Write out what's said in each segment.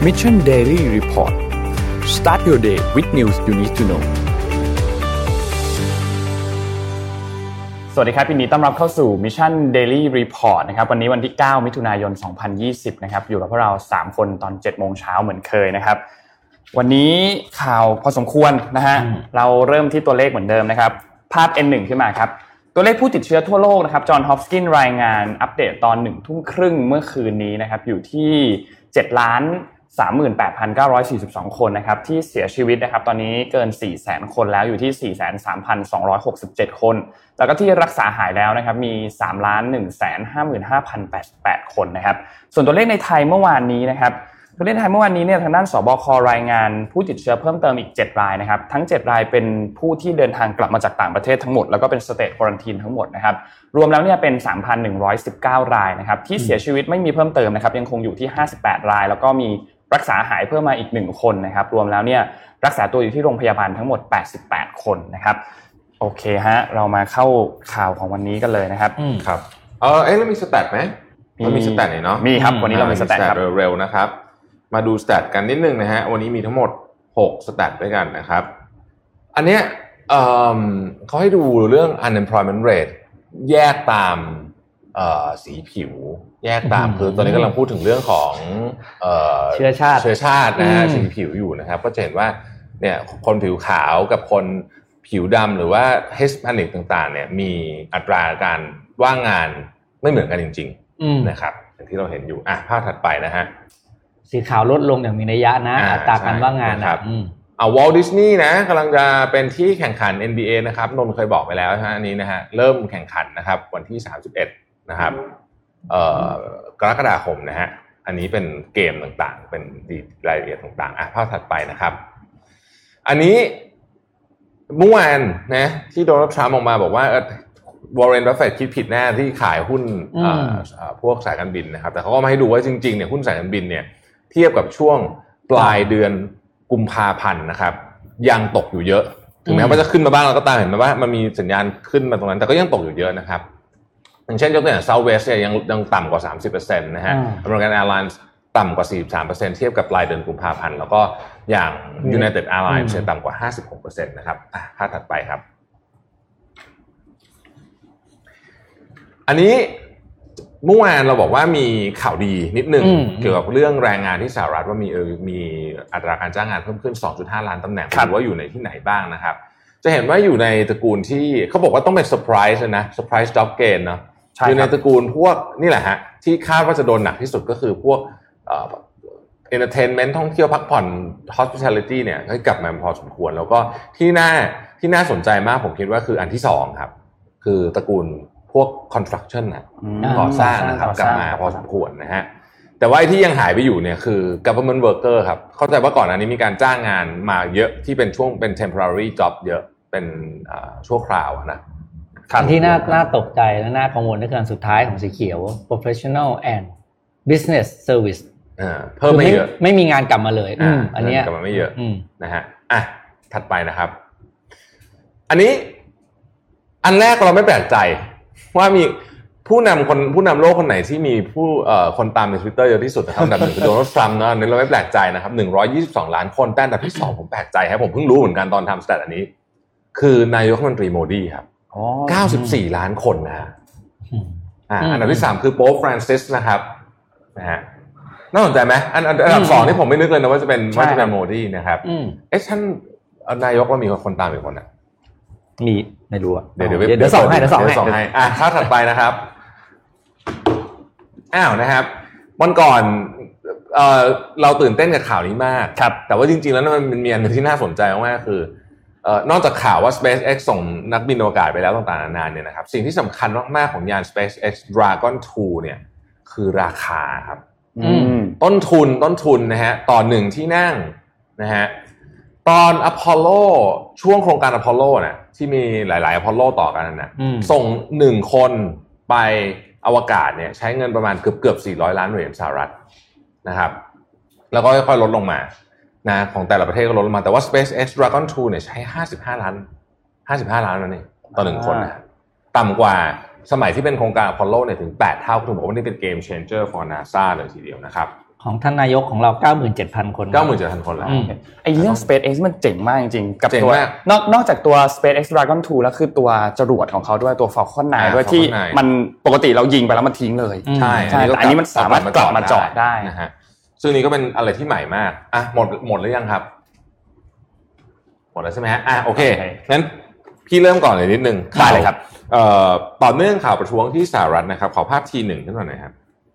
Mission Daily Report Start your day with news you need to know สวัสดีครับยินดีต้อนรับเข้าสู่ Mission Daily Report นะครับวันนี้วันที่9มิถุนายน2020นะครับอยู่กับพวกเรา3คนตอน 7:00 นเหมือนเคยนะครับวันนี้ข่าวพอสมควรนะฮะเราเริ่มที่ตัวเลขเหมือนเดิมนะครับภาพ N1 ขึ้นมาครับตัวเลขผู้ติดเชื้อทั่วโลกนะครับจอห์นฮอปกินส์รายงานอัปเดตตอน 19:30 นเมื่อคืนนี้นะครับอยู่ที่ 7,38,942 คนนะครับที่เสียชีวิตนะครับตอนนี้เกิน 400,000 คนแล้วอยู่ที่ 43,267 คนแล้วก็ที่รักษาหายแล้วนะครับมี 3,155,088 คนนะครับส่วนตัวเลขในไทยเมื่อวานนี้นะครับตัวเลขไทยเมื่อวานนี้เนี่ยทางด้านสบครายงานผู้ติดเชื้อเพิ่มเติมอีก7รายนะครับทั้ง7รายเป็นผู้ที่เดินทางกลับมาจากต่างประเทศทั้งหมดแล้วก็เป็นสเตทควอรันทีนทั้งหมดนะครับรวมแล้วเนี่ยเป็น 3,119 รายนะครับที่เสียชีวิตไม่มีเพิ่มเติมนะครับยังคงอยู่ที่58รายแล้วก็มีรักษาหายเพิ่มมาอีก1คนนะครับรวมแล้วเนี่ยรักษาตัวอยู่ที่โรงพยาบาลทั้งหมด88คนนะครับโอเคฮะเรามาเข้าข่าวของวันนี้กันเลยนะครับครับแล้วมีสแตทมั้ยมีสแตทเนาะมีครับวันนี้เรามีสแตทครับเร็วๆนะครับมาดูสแตทกันนิดนึงนะฮะวันนี้มีทั้งหมด6สแตทด้วยกันนะครับอันเนี้ยเขาให้ดูเรื่อง unemployment rate แยกตามสีผิวแยกตามคือตอนนี้กำลังพูดถึงเรื่องของเชื้อชาตินะฮะสีผิวอยู่นะครับก็จะเห็นว่าเนี่ยคนผิวขาวกับคนผิวดำหรือว่า Hispanic ต่างๆเนี่ยมีอัตราการว่างงานไม่เหมือนกันจริงๆนะครับอย่างที่เราเห็นอยู่ภาพถัดไปนะฮะสีขาวลดลงอย่างมีนัยยะนะอัตราการว่างงานนะครับวอลต์ดิสนีย์นะกำลังจะเป็นที่แข่งขัน NBA นะครับนนท์เคยบอกไปแล้วนะฮะอันนี้นะฮะเริ่มแข่งขันนะครับวันที่31นะครับกรกฎาคมนะฮะอันนี้เป็นเกมต่างๆเป็นรายละเอียดต่างๆภาพถัดไปนะครับอันนี้เมื่อวานนะที่โดนัลด์ทรัมป์ออกมาบอกว่าวอร์เรน บัฟเฟตต์คิดผิดแน่ที่ขายหุ้นพวกสายการบินนะครับแต่เขาก็มาให้ดูว่าจริงๆเนี่ยหุ้นสายการบินเนี่ยเทียบกับช่วงปลายเดือนกุมภาพันธ์นะครับยังตกอยู่เยอะถึงแม้ว่าจะขึ้นมาบ้างเราก็ตามเห็นไหมว่ามันมีสัญญาณขึ้นมาตรงนั้นแต่ก็ยังตกอยู่เยอะนะครับอย่างเช่นยกตัวอย่าง Southwest เนี่ยยังต่ำกว่า 30% นะฮะ American Airlines ต่ำกว่า 43% เทียบกับปลายเดือนกุมภาพันธ์แล้วก็อย่าง United Airlines ต่ำกว่า 56% นะครับภาพถัดไปครับอันนี้เมื่อวานเราบอกว่ามีข่าวดีนิดนึงเกี่ยวกับเรื่องแรงงานที่สหรัฐว่ามีอัตราการจ้างงานเพิ่มขึ้น 2.5 ล้านตำแหน่งหรือว่าอยู่ในที่ไหนบ้างนะครับจะเห็นว่าอยู่ในตระกูลที่เขาบอกว่าต้องเป็นเซอร์ไพรส์นะเซอร์ไพรส์จ็อบเกนเนาะอยู่ในตระกูลพวกนี่แหละฮะที่คาดว่าจะโดนหนักที่สุดก็คือพวกentertainment ท่องเที่ยวพักผ่อน hospitality เนี่ยให้กลับมาพอสมควรแล้วก็ที่น่าสนใจมากผมคิดว่าคืออันที่2ครับคือตระกูลพวก construction นะก่อสร้างนะครับกลับมาพอสมควรนะฮะแต่ว่าที่ยังหายไปอยู่เนี่ยคือ government worker ครับเข้าใจว่าก่อนหน้านี้มีการจ้างงานมาเยอะที่เป็นช่วงเป็น temporary job เยอะเป็นชั่วคราวนะที่น่าตกใจและน่ากังวลก็คืออันสุดท้ายของสีเขียว professional and business service เพิ่มไม่เยอะไม่มีงานกลับมาเลยอันนี้กลับมาไม่เยอะนะฮะถัดไปนะครับอันนี้อันแรกเราไม่แปลกใจว่ามีผู้นำโลกคนไหนที่มีคนตามใน Twitter เยอะที่สุดนะครับอันดับ1คือโดนัลด์ทรัมป์นะอันนี้เราไม่แปลกใจนะครับ122ล้านคนแต่อันดับที่2ผมแปลกใจครับผมเพิ่งรู้เหมือนกันตอนทำสแตทอันนี้คือนายกรัฐมนตรีโมดีครับ94ล้านคนนะฮะอันดับที่3คือโป๊ปฟรานซิสนะครับนะฮะน่าสนใจไหมอันดับ2นี่ผมไม่นึกเลยนะว่าจะเป็นโมดีนะครับท่านนายกเรามีคนตามอีกคนนะมีไม่รู้เดี๋ยวส่งให้ภาพถัดไปนะครับนะครับวันก่อนเราตื่นเต้นกับข่าวนี้มากครับแต่ว่าจริงๆแล้วมันมีอันนึงที่น่าสนใจมากๆคือนอกจากข่าวว่า SpaceX ส่งนักบินอวกาศไปแล้วต่างๆนานาเนี่ยนะครับสิ่งที่สำคัญมากๆของยาน SpaceX Dragon 2เนี่ยคือราคาครับต้นทุนนะฮะต่อ1ที่นั่งนะฮะตอนอพอลโลช่วงโครงการอพอลโลเนี่ยที่มีหลายๆอพอลโลต่อกันนะส่ง1คนไปอวกาศเนี่ยใช้เงินประมาณเกือบ$400 ล้านนะครับแล้วก็ค่อยๆลดลงมานะของแต่ละประเทศก็ลดลงมาแต่ว่า SpaceX Dragon 2เนี่ยใช้55ล้านนั่นเองต่อ1คนนะต่ำกว่าสมัยที่เป็นโครงการอพอลโลเนี่ยถึง8เท่าคือผมว่านี่เป็นเกมเชนเจอร์ for NASA เลยทีเดียวนะครับขของท่านนายกของเรา 97,000 คน 97,000 คนแล้วไอ้เรื่อง SpaceX มันเจ๋งมากจริงๆกับตัวนอกจากตัว SpaceX Dragon 2แล้วคือตัวจรวดของเขาด้วยตัว Falcon 9ด้วยที่มันปกติเรายิงไปแล้วมันทิ้งเลยใช่แต่อันนี้มันสามารถกลับมาจอดได้นะฮะซึ่งนี้ก็เป็นอะไรที่ใหม่มากอ่ะหมดหรือยังครับหมดแล้วใช่ไหมฮะโอเคงั้นพี่เริ่มก่อนเลยนิดนึงได้เลยครับต่อเนื่องข่าวประท้วงที่สหรัฐนะครับขอภาพที1ขึ้นมาหน่อยครับ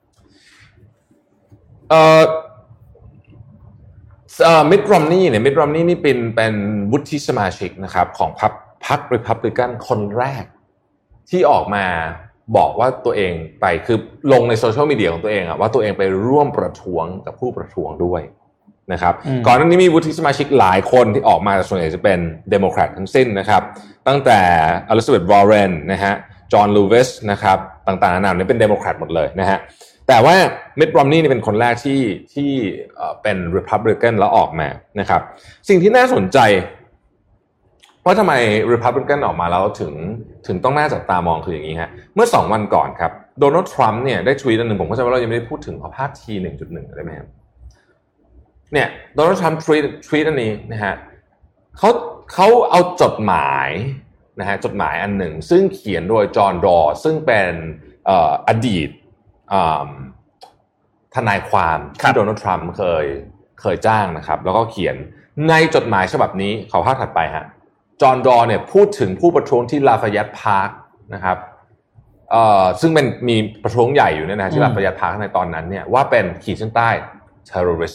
มิตต์ รอมนีย์เนี่ยมิตต์ รอมนีย์นี่เป็นวุฒิสมาชิกนะครับของพรรครีพับลิกันคนแรกที่ออกมาบอกว่าตัวเองไปคือลงในโซเชียลมีเดียของตัวเองว่าตัวเองไปร่วมประท้วงกับผู้ประท้วงด้วยนะครับก่อนหน้านี้มีวุฒิสมาชิกหลายคนที่ออกมาส่วนใหญ่จะเป็นเดโมแครตทั้งสิ้นนะครับตั้งแต่อลิซาเบธ วอร์เรนนะฮะจอห์น ลูวิสนะครับต่างๆนานาเนี่ยเป็นเดโมแครตหมดเลยนะฮะแต่ว่ามิตต์ รอมนีย์เป็นคนแรกที่เป็น Republican แล้วออกมานะครับสิ่งที่น่าสนใจว่าทำไม Republican ออกมาแล้วถึงต้องน่าจับตามองคืออย่างนี้ฮะเมื่อ2วันก่อนครับโดนัลด์ ทรัมป์เนี่ยได้ทวีตอันหนึ่งผมเข้าใจว่าเรายังไม่ได้พูดถึงขอภาพที 1.1 ได้ไหมครับเนี่ยโดนัลด์ ทรัมป์ทวีตอันนี้นะฮะเขาเอาจดหมายนะฮะจดหมายอันหนึ่งซึ่งเขียนโดยจอห์น ดอว์ซึ่งเป็นอดีตทนายความที่โดนัลด์ ทรัมป์เคยจ้างนะครับแล้วก็เขียนในจดหมายฉบับนี้ขอภาพถัดไปฮะจอห์น ดอว์เนี่ยพูดถึงผู้ประท้วงที่ลาฟาเยตต์พาร์คนะครับซึ่งมีประท้วงใหญ่อยู่เนี่ยนะที่ลาฟาเยตต์พาร์คในตอนนั้นเนี่ยว่าเป็นขีดเส้นใต้ terrorist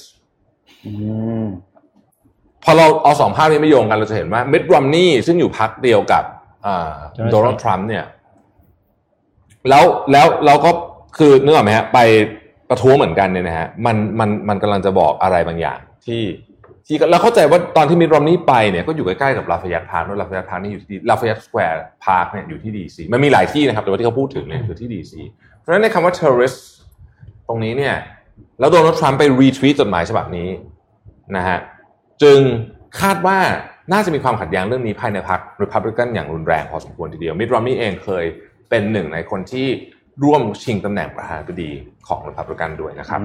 พอเราเอาสองภาพนี้มาโยงกันเราจะเห็นว่ามิตต์ รอมนีย์ซึ่งอยู่พรรคเดียวกับโดนัลด์ ทรัมป์เนี่ยแล้วเราก็คือนึกออกไหมฮะไปประท้วงเหมือนกันเนี่ยนะฮะมันกำลังจะบอกอะไรบางอย่างที่เราเข้าใจว่าตอนที่มิตต์ รอมนีย์ไปเนี่ยก็อยู่ใกล้ๆกับลาฟาเยตต์พาร์คด้วยลาฟาเยตต์พาร์คนี่อยู่ที่ลาฟาเยตต์สแควร์พาร์คเนี่ยอยู่ที่ดีซีมันมีหลายที่นะครับแต่ว่าที่เขาพูดถึงเนี่ยคือที่ดีซีเพราะฉะนั้นในคำว่า terrorist ตรงนี้เนี่ยแล้วโดนัลด์ ทรัมป์ไปรีทวีตจดหมายฉบับนี้นะฮะจึงคาดว่าน่าจะมีความขัดแย้งเรื่องนี้ภายในพรรค Republican อย่างรุนแรงพอสมควรทีเดียวมิตต์ รอมนีย์เองเคยเป็นหนึ่งในคนที่ร่วมชิงตำแหน่งประธานาธิบดีของ Republican ด้วยนะครับ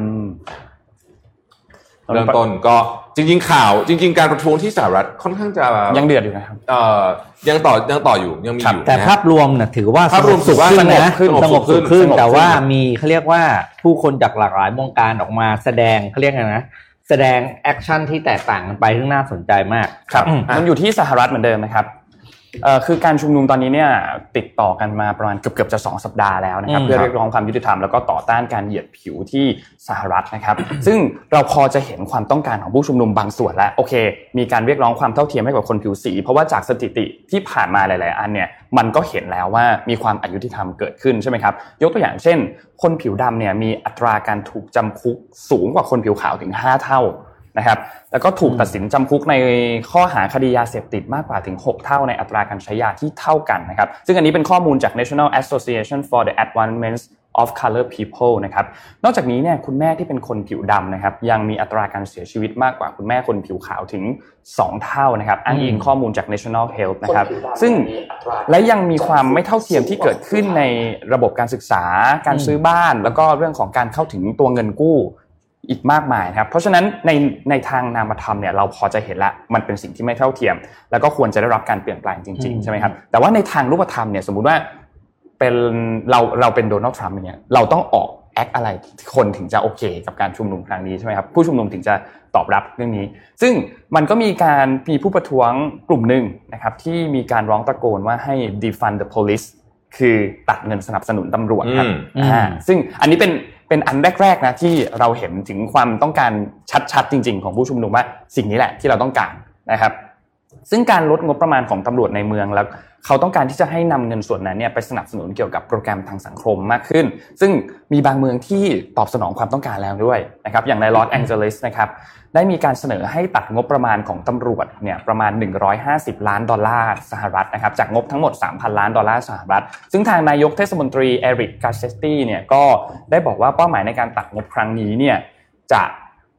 เริ่มต้นก็จริงๆการประท้วงที่สหรัฐค่อนข้างจะยังเดือดอยู่นะครับยังต่ออยู่ยังมีอยู่แต่ภาพรวมน่ะถือว่าสงบสุขขึ้นแต่ว่ามีเขาเรียกว่าผู้คนจากหลากหลายวงการออกมาแสดงเขาเรียกไงนะแสดงแอคชั่นที่แตกต่างกันไปซึ่งน่าสนใจมากครับมันอยู่ที่สหรัฐเหมือนเดิมนะครับคือการชุมนุมตอนนี้เนี่ยติดต่อกันมาประมาณเกือบจะ2สัปดาห์แล้วนะครับเพื่อเรียกร้องความยุติธรรมแล้วก็ต่อต้านการเหยียดผิวที่สหรัฐนะครับซึ่งเราพอจะเห็นความต้องการของผู้ชุมนุมบางส่วนแล้วโอเคมีการเรียกร้องความเท่าเทียมให้กับคนผิวสีเพราะว่าจากสถิติที่ผ่านมาหลายๆอันเนี่ยมันก็เห็นแล้วว่ามีความอยุติธรรมเกิดขึ้นใช่ไหมครับยกตัวอย่างเช่นคนผิวดำเนี่ยมีอัตราการถูกจำคุกสูงกว่าคนผิวขาวถึง5 เท่านะครับแล้วก็ถูกตัดสินจำคุกในข้อหาคดียาเสพติดมากกว่าถึง6 เท่าในอัตราการใช้ยาที่เท่ากันนะครับซึ่งอันนี้เป็นข้อมูลจาก National Association for the Advancement of Color People นะครับนอกจากนี้เนี่ยคุณแม่ที่เป็นคนผิวดำนะครับยังมีอัตราการเสียชีวิตมากกว่าคุณแม่คนผิวขาวถึง2 เท่านะครับอ้างอิงข้อมูลจาก National Health นะครับซึ่งและยังมีความไม่เท่าเทียมที่เกิดขึ้นในระบบการศึกษาการซื้อบ้านแล้วก็เรื่องของการเข้าถึงตัวเงินกู้อีกมากมายครับเพราะฉะนั้นในทางนามธรรมเนี่ยเราพอจะเห็นละมันเป็นสิ่งที่ไม่เท่าเทียมแล้วก็ควรจะได้รับการเปลี่ยนแปลงจริงๆใช่ไหมครับแต่ว่าในทางรูปธรรมเนี่ยสมมุติว่าเป็นเราเป็นโดนัลด์ ทรัมป์อย่างเงี้ยเราต้องออกแอคอะไรคนถึงจะโอเคกับการชุมนุมครั้งนี้ใช่ไหมครับผู้ชุมนุมถึงจะตอบรับเรื่องนี้ซึ่งมันก็มีผู้ประท้วงกลุ่มนึงนะครับที่มีการร้องตะโกนว่าให้ defund the police คือตัดเงินสนับสนุนตำรวจครับซึ่งอันนี้เป็นอันแรกๆนะที่เราเห็นถึงความต้องการชัดๆจริงๆของผู้ชุมนุมว่าสิ่งนี้แหละที่เราต้องการนะครับซึ่งการลดงบประมาณของตำรวจในเมืองแล้วเขาต้องการที่จะให้นำเงินส่วนนั้นเนี่ยไปสนับสนุนเกี่ยวกับโปรแกรมทางสังคมมากขึ้นซึ่งมีบางเมืองที่ตอบสนองความต้องการแล้วด้วยนะครับอย่างในลอสแองเจลิสนะครับได้มีการเสนอให้ตัดงบประมาณของตำรวจเนี่ยประมาณ$150 ล้านสหรัฐนะครับจากงบทั้งหมด$3,000 ล้านสหรัฐซึ่งทางนายกเทศมนตรีเอริก กาเซตตี้เนี่ยก็ได้บอกว่าเป้าหมายในการตัดงบครั้งนี้เนี่ยจะ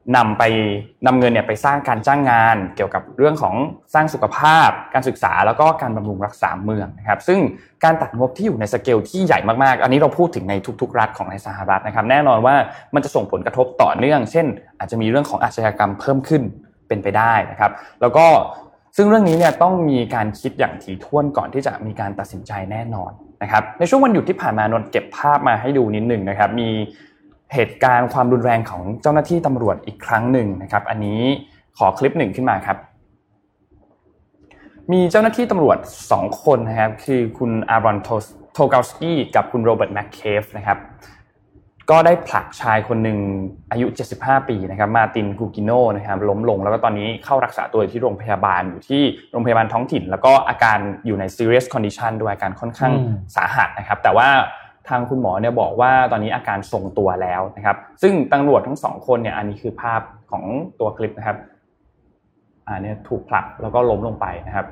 นำเงินเนี่ยไปสร้างการจ้างงานเกี่ยวกับเรื่องของสร้างสุขภาพการศึกษาแล้วก็การบำรุงรักษาเมืองนะครับซึ่งการตัดงบที่อยู่ในสเกลที่ใหญ่มากๆอันนี้เราพูดถึงในทุกๆรัฐของในสหรัฐนะครับแน่นอนว่ามันจะส่งผลกระทบต่อเนื่องเช่นอาจจะมีเรื่องของอาชญากรรมเพิ่มขึ้นเป็นไปได้นะครับแล้วก็ซึ่งเรื่องนี้เนี่ยต้องมีการคิดอย่างถี่ถ้วนก่อนที่จะมีการตัดสินใจแน่นอนนะครับในช่วงวันหยุดที่ผ่านมานนท์เก็บภาพมาให้ดูนิดนึงนะครับมีเหตุการณ์ความรุนแรงของเจ้าหน้าที่ตำรวจอีกครั้งหนึ่งนะครับอันนี้ขอคลิปหนึ่งขึ้นมาครับมีเจ้าหน้าที่ตำรวจ2คนนะครับคือคุณอารอนโทกาลสกี้กับคุณโรเบิร์ตแมคเคฟนะครับก็ได้ผลักชายคนหนึ่งอายุ75ปีนะครับมาตินกูกิโนนะครับล้มลงแล้วก็ตอนนี้เข้ารักษาตัวที่โรงพยาบาลอยู่ที่โรงพยาบาลท้องถิ่นแล้วก็อาการอยู่ใน serious condition ด้วยอาการค่อนข้างสาหัสนะครับแต่ว่าทางคุณหมอเนี่ยบอกว่าตอนนี้อาการทรงตัวแล้วนะครับซึ่งตำรวจทั้ง2คนเนี่ยอันนี้คือภาพของตัวคลิปนะครับเนี่ยถูกผลักแล้วก็ล้มลงไปนะครับ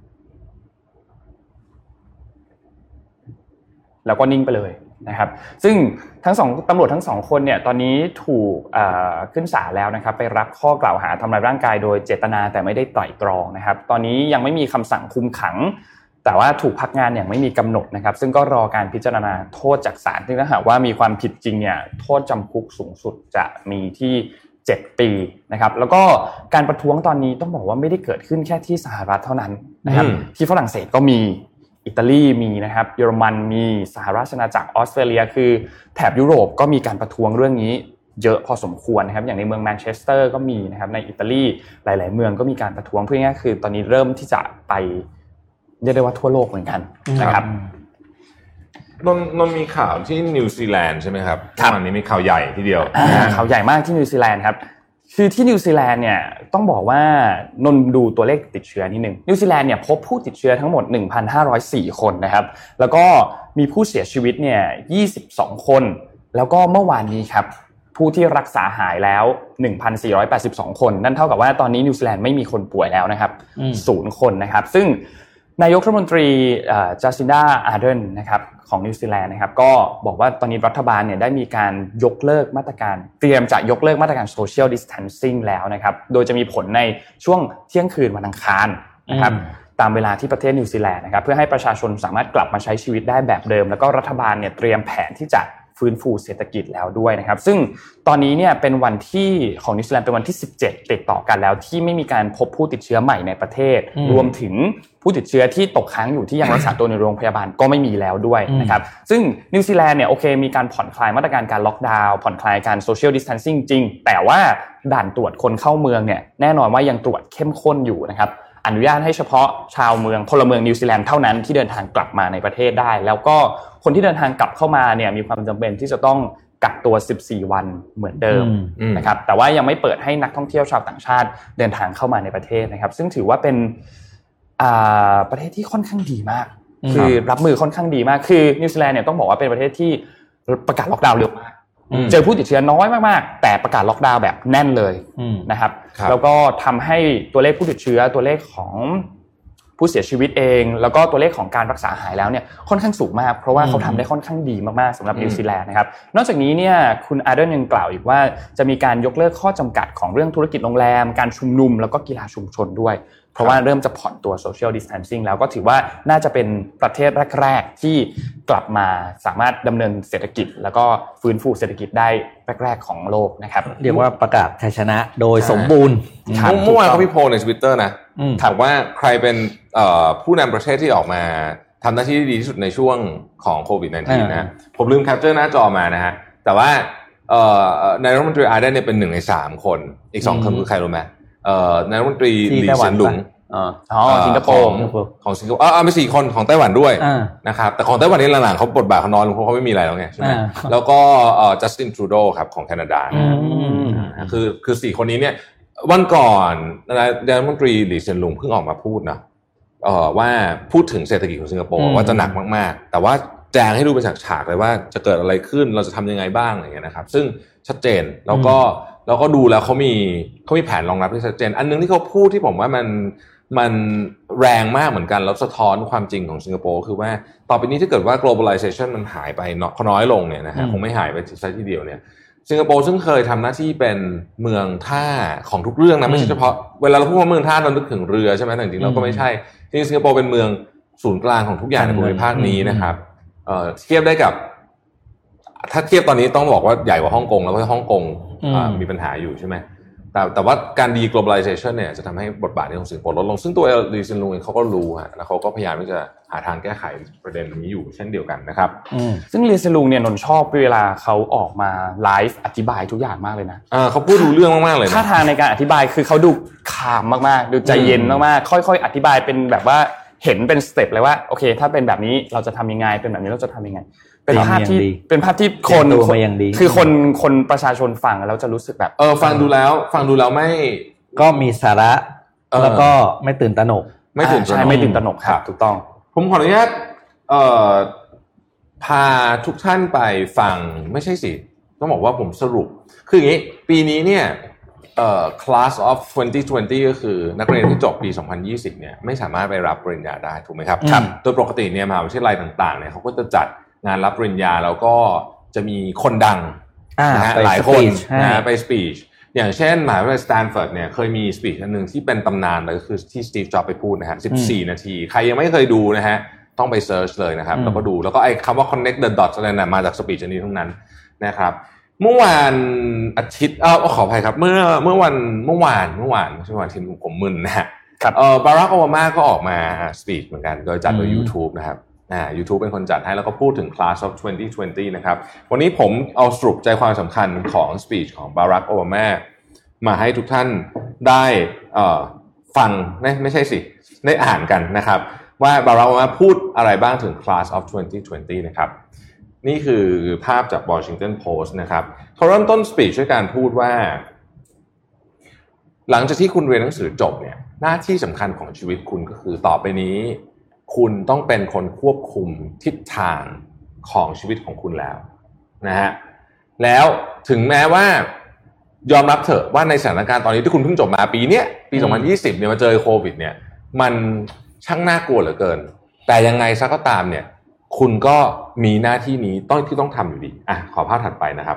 แล้วก็นิ่งไปเลยนะครับซึ่งตำรวจทั้ง2คนเนี่ยตอนนี้ถูกขึ้นศาลแล้วนะครับไปรับข้อกล่าวหาทำร้ายร่างกายโดยเจตนาแต่ไม่ได้ไตร่ตรองนะครับตอนนี้ยังไม่มีคำสั่งคุมขังแต่ว่าถูกพักงานอย่างไม่มีกำหนดนะครับซึ่งก็รอการพิจารณาโทษจากศาลซึ่งถ้าหากว่ามีความผิดจริงเนี่ยโทษจำคุกสูงสุดจะมีที่7 ปีนะครับแล้วก็การประท้วงตอนนี้ต้องบอกว่าไม่ได้เกิดขึ้นแค่ที่สหรัฐเท่านั้นนะครับที่ฝรั่งเศสก็มีอิตาลีมีนะครับเยอรมันมีสหราชอาณาจักรออสเตรเลียคือแถบยุโรปก็มีการประท้วงเรื่องนี้เยอะพอสมควรนะครับอย่างในเมืองแมนเชสเตอร์ก็มีนะครับในอิตาลีหลายๆเมืองก็มีการประท้วงเพื่อง่ายคือตอนนี้เริ่มที่จะไปเรียกได้ว่าทั่วโลกเหมือนกันนะครับนนมีข่าวที่นิวซีแลนด์ใช่ไหมครับวันนี้มีข่าวใหญ่ทีเดียวข่าวใหญ่มากที่นิวซีแลนด์ครับคือที่นิวซีแลนด์เนี่ยต้องบอกว่านนดูตัวเลขติดเชื้อนิดนึงนิวซีแลนด์เนี่ยพบผู้ติดเชื้อทั้งหมด 1,504 คนนะครับแล้วก็มีผู้เสียชีวิตเนี่ย22 คนแล้วก็เมื่อวานนี้ครับผู้ที่รักษาหายแล้ว 1,482 คนนั่นเท่ากับว่าตอนนี้นิวซีแลนด์ไม่มีคนป่วยแล้วนะครับ0 คนนะครับซึ่งนายกรัฐมนตรีจาซินดาอาร์เดนนะครับของนิวซีแลนด์นะครับก็บอกว่าตอนนี้รัฐบาลเนี่ยได้มีการยกเลิกมาตรการเตรียมจะยกเลิกมาตรการ social distancing แล้วนะครับโดยจะมีผลในช่วงเที่ยงคืนวันอังคารนะครับตามเวลาที่ประเทศนิวซีแลนด์นะครับเพื่อให้ประชาชนสามารถกลับมาใช้ชีวิตได้แบบเดิมแล้วก็รัฐบาลเนี่ยเตรียมแผนที่จะฟื้นฟูเศรษฐกิจแล้วด้วยนะครับซึ่งตอนนี้เนี่ยเป็นวันที่ของนิวซีแลนด์เป็นวันที่17ติดต่อกันแล้วที่ไม่มีการพบผู้ติดเชื้อใหม่ในประเทศรวมถึงผู้ติดเชื้อที่ตกค้างอยู่ที่ยังรักษาตัวในโรงพยาบาลก็ไม่มีแล้วด้วยนะครับซึ่งนิวซีแลนด์เนี่ยโอเคมีการผ่อนคลายมาตรการการล็อกดาวน์ผ่อนคลายการโซเชียลดิสแทนซิ่งจริงแต่ว่าด่านตรวจคนเข้าเมืองเนี่ยแน่นอนว่ายังตรวจเข้มข้นอยู่นะครับอนุญาตให้เฉพาะชาวเมืองพลเมืองนิวซีแลนด์เท่านั้นที่เดินทางกลับมาในประเทศได้แล้วก็คนที่เดินทางกลับเข้ามาเนี่ยมีความจำเป็นที่จะต้องกักตัว14 วันเหมือนเดิมนะครับแต่ว่ายังไม่เปิดให้นักท่องเที่ยวชาวต่างชาติเดินทางเข้ามาในประเทศนะครับซึ่งถือว่าเป็นประเทศที่ค่อนข้างดีมากคือรับมือค่อนข้างดีมากคือนิวซีแลนด์เนี่ยต้องบอกว่าเป็นประเทศที่ประกาศล็อกดาวน์เร็วมากเจอผู้ติดเชื้อน้อยมากๆแต่ประกาศล็อกดาวน์แบบแน่นเลยนะครับแล้วก็ทำให้ตัวเลขผู้ติดเชื้อตัวเลขของผู้เสียชีวิตเองแล้วก็ตัวเลขของการรักษาหายแล้วเนี่ยค่อนข้างสูงมากเพราะว่าเขาทำได้ค่อนข้างดีมากๆสำหรับนิวซีแลนด์นะครับนอกจากนี้เนี่ยคุณอาร์เดนยังกล่าวอีกว่าจะมีการยกเลิกข้อจำกัดของเรื่องธุรกิจโรงแรมการชุมนุมแล้วก็กีฬาชุมชนด้วยเพราะว่าเริ่มจะผ่อนตัว social distancing แล้วก็ถือว่าน่าจะเป็นประเทศแรกๆที่กลับมาสามารถดำเนินเศรษฐกิจแล้วก็ฟื้นฟูเศรษฐกิจได้แรกๆของโลกนะครับเรียกว่าประกาศชัยชนะโดยสมบูรณ์เมื่อวานเขามีโพลใน Twitter นะถามว่าใครเป็นผู้นำประเทศที่ออกมาทำหน้าที่ที่ดีที่สุดในช่วงของโควิด -19 นะผมลืมแคปเจอร์หน้าจอมานะฮะแต่ว่านายรัฐมนตรีอาร์เดนเนี่ยเป็น1 ใน 3คนอีก2คนคือใครรู้ไหมนายรัฐมนตรีหลี่เฉินหลุงสิงคโปร์ของสิงคโปร์มี4 คนของไต้หวันด้วยนะครับแต่ของไต้หวันนี่หลังๆเขาบทบาทเขาน้อยลงเพราะเขาไม่มีอะไรแล้วไงใช่ไหมแล้วก็จัสตินทรูโดครับของแคนาดาคือ4 คนนี้เนี่ยวันก่อนนายรัฐมนตรีหลี่เฉินหลุงเพิ่งออกมาพูดนะว่าพูดถึงเศรษฐกิจของสิงคโปร์ว่าจะหนักมากๆแต่ว่าแจงให้ดูเป็นฉากๆเลยว่าจะเกิดอะไรขึ้นเราจะทำยังไงบ้างอะไรอย่างเงี้ยนะครับซึ่งชัดเจนแล้วก็ดูแล้วเขามีแผนรองรับที่ชัดเจนอันนึงที่เขาพูดที่ผมว่ามันแรงมากเหมือนกันแล้วสะท้อนความจริงของสิงคโปร์คือว่าต่อไปนี้ถ้าเกิดว่า globalization มันหายไปน้อยลงเนี่ยนะฮะคงไม่หายไปซะทีเดียวเนี่ยสิงคโปร์ซึ่งเคยทำหน้าที่เป็นเมืองท่าของทุกเรื่องนะไม่ใช่เฉพาะเวลาเราพูดว่าเมืองท่าเรานึกถึงเรือใช่ไหมแต่จริงๆเราก็ไม่ใช่จริงๆสิงคโปร์เป็นเมืองศูนย์กลางของทุกอย่างในภูมิภาคนี้นะครับเทียบได้กับถ้าเทียบตอนนี้ต้องบอกว่าใหญ่กว่าฮ่องกงแล้วเพราะฮ่องกงมีปัญหาอยู่ใช่ไหมแต่ว่าการ deglobalization เนี่ยจะทำให้บทบาทของสิงคโปร์ลดลงซึ่งตัวลีซินลุงเองเขาก็รู้ฮะแล้วเขาก็พยายามที่จะหาทางแก้ไขประเด็นนี้อยู่เช่นเดียวกันนะครับซึ่งลีซินลุงเนี่ยนนชอบเวลาเขาออกมาไลฟ์อธิบายทุกอย่างมากเลยนะเขาพูดรู้เรื่องมากๆเลยท่าทางในการอธิบายคือเขาดูคามมากๆดูใจเย็นมากๆค่อยๆอธิบายเป็นแบบว่าเห็นเป็นสเต็ปเลยว่าโอเคถ้าเป็นแบบนี้เราจะทำยังไงเป็นแบบนี้เราจะทำยังไงเป็นภาพที่คนคือคนประชาชนฟังแล้วจะรู้สึกแบบฟังดูแล้วไม่ก็มีสาระแล้วก็ไม่ตื่นตระหนกไม่ตื่นตระหนกครับถูกต้องผมขออนุญาตพาทุกท่านไปฟังไม่ใช่สิต้องบอกว่าผมสรุปคืออย่างนี้ปีนี้เนี่ยclass of 2020ก็คือนักเรียนที่จบปี2020เนี่ยไม่สามารถไปรับปริญญาได้ถูกไหมครับโดยปกติเนี่ยมหาวิทยาลัยต่างๆเนี่ยเขาก็จะจัดงานรับปริญญาแล้วก็จะมีคนดังนะฮะหลายคนนะไปสปีชอย่างเช่นมหาวิทยาลัยสแตนฟอร์ดเนี่ยเคยมีสปีชอันนึงที่เป็นตำนานเลยคือที่สตีฟจ็อบส์ไปพูดนะฮะ14นาทีใครยังไม่เคยดูนะฮะต้องไปเซิร์ชเลยนะครับแล้วก็ดูแล้วก็ไอ้คำว่า connect the dots อะไรน่ะมาจากสปีชอันนี้ทั้งนั้นนะครับเมื่อวานอาทิตย์ขออภัยครับเมื่อวานไม่ใช่วันที่ผมมึนนะฮะบารักโอบามาก็ออกมาสปีชเหมือนกันโดยจัดโดย YouTube นะครับYouTube เป็นคนจัดให้แล้วก็พูดถึง Class of 2020 นะครับวันนี้ผมเอาสรุปใจความสำคัญของสปีชของบารักโอบามามาให้ทุกท่านได้ฟังไม่ใช่สิได้อ่านกันนะครับว่าบารักโอบามาพูดอะไรบ้างถึง Class of 2020 นะครับนี่คือภาพจาก Washington Post นะครับเขาเริ่มต้นสปีชด้วยการพูดว่าหลังจากที่คุณเรียนหนังสือจบเนี่ยหน้าที่สำคัญของชีวิตคุณก็คือต่อไปนี้คุณต้องเป็นคนควบคุมทิศทางของชีวิตของคุณแล้วนะฮะแล้วถึงแม้ว่ายอมรับเถอะว่าในสถานการณ์ตอนนี้ที่คุณเพิ่งจบมาปี2020เนี่ยมาเจอโควิดเนี่ยมันช่างน่ากลัวเหลือเกินแต่ยังไงซะก็ตามเนี่ยคุณก็มีหน้าที่นี้ที่ต้องทำอยู่ดีขอภาพถัดไปนะครับ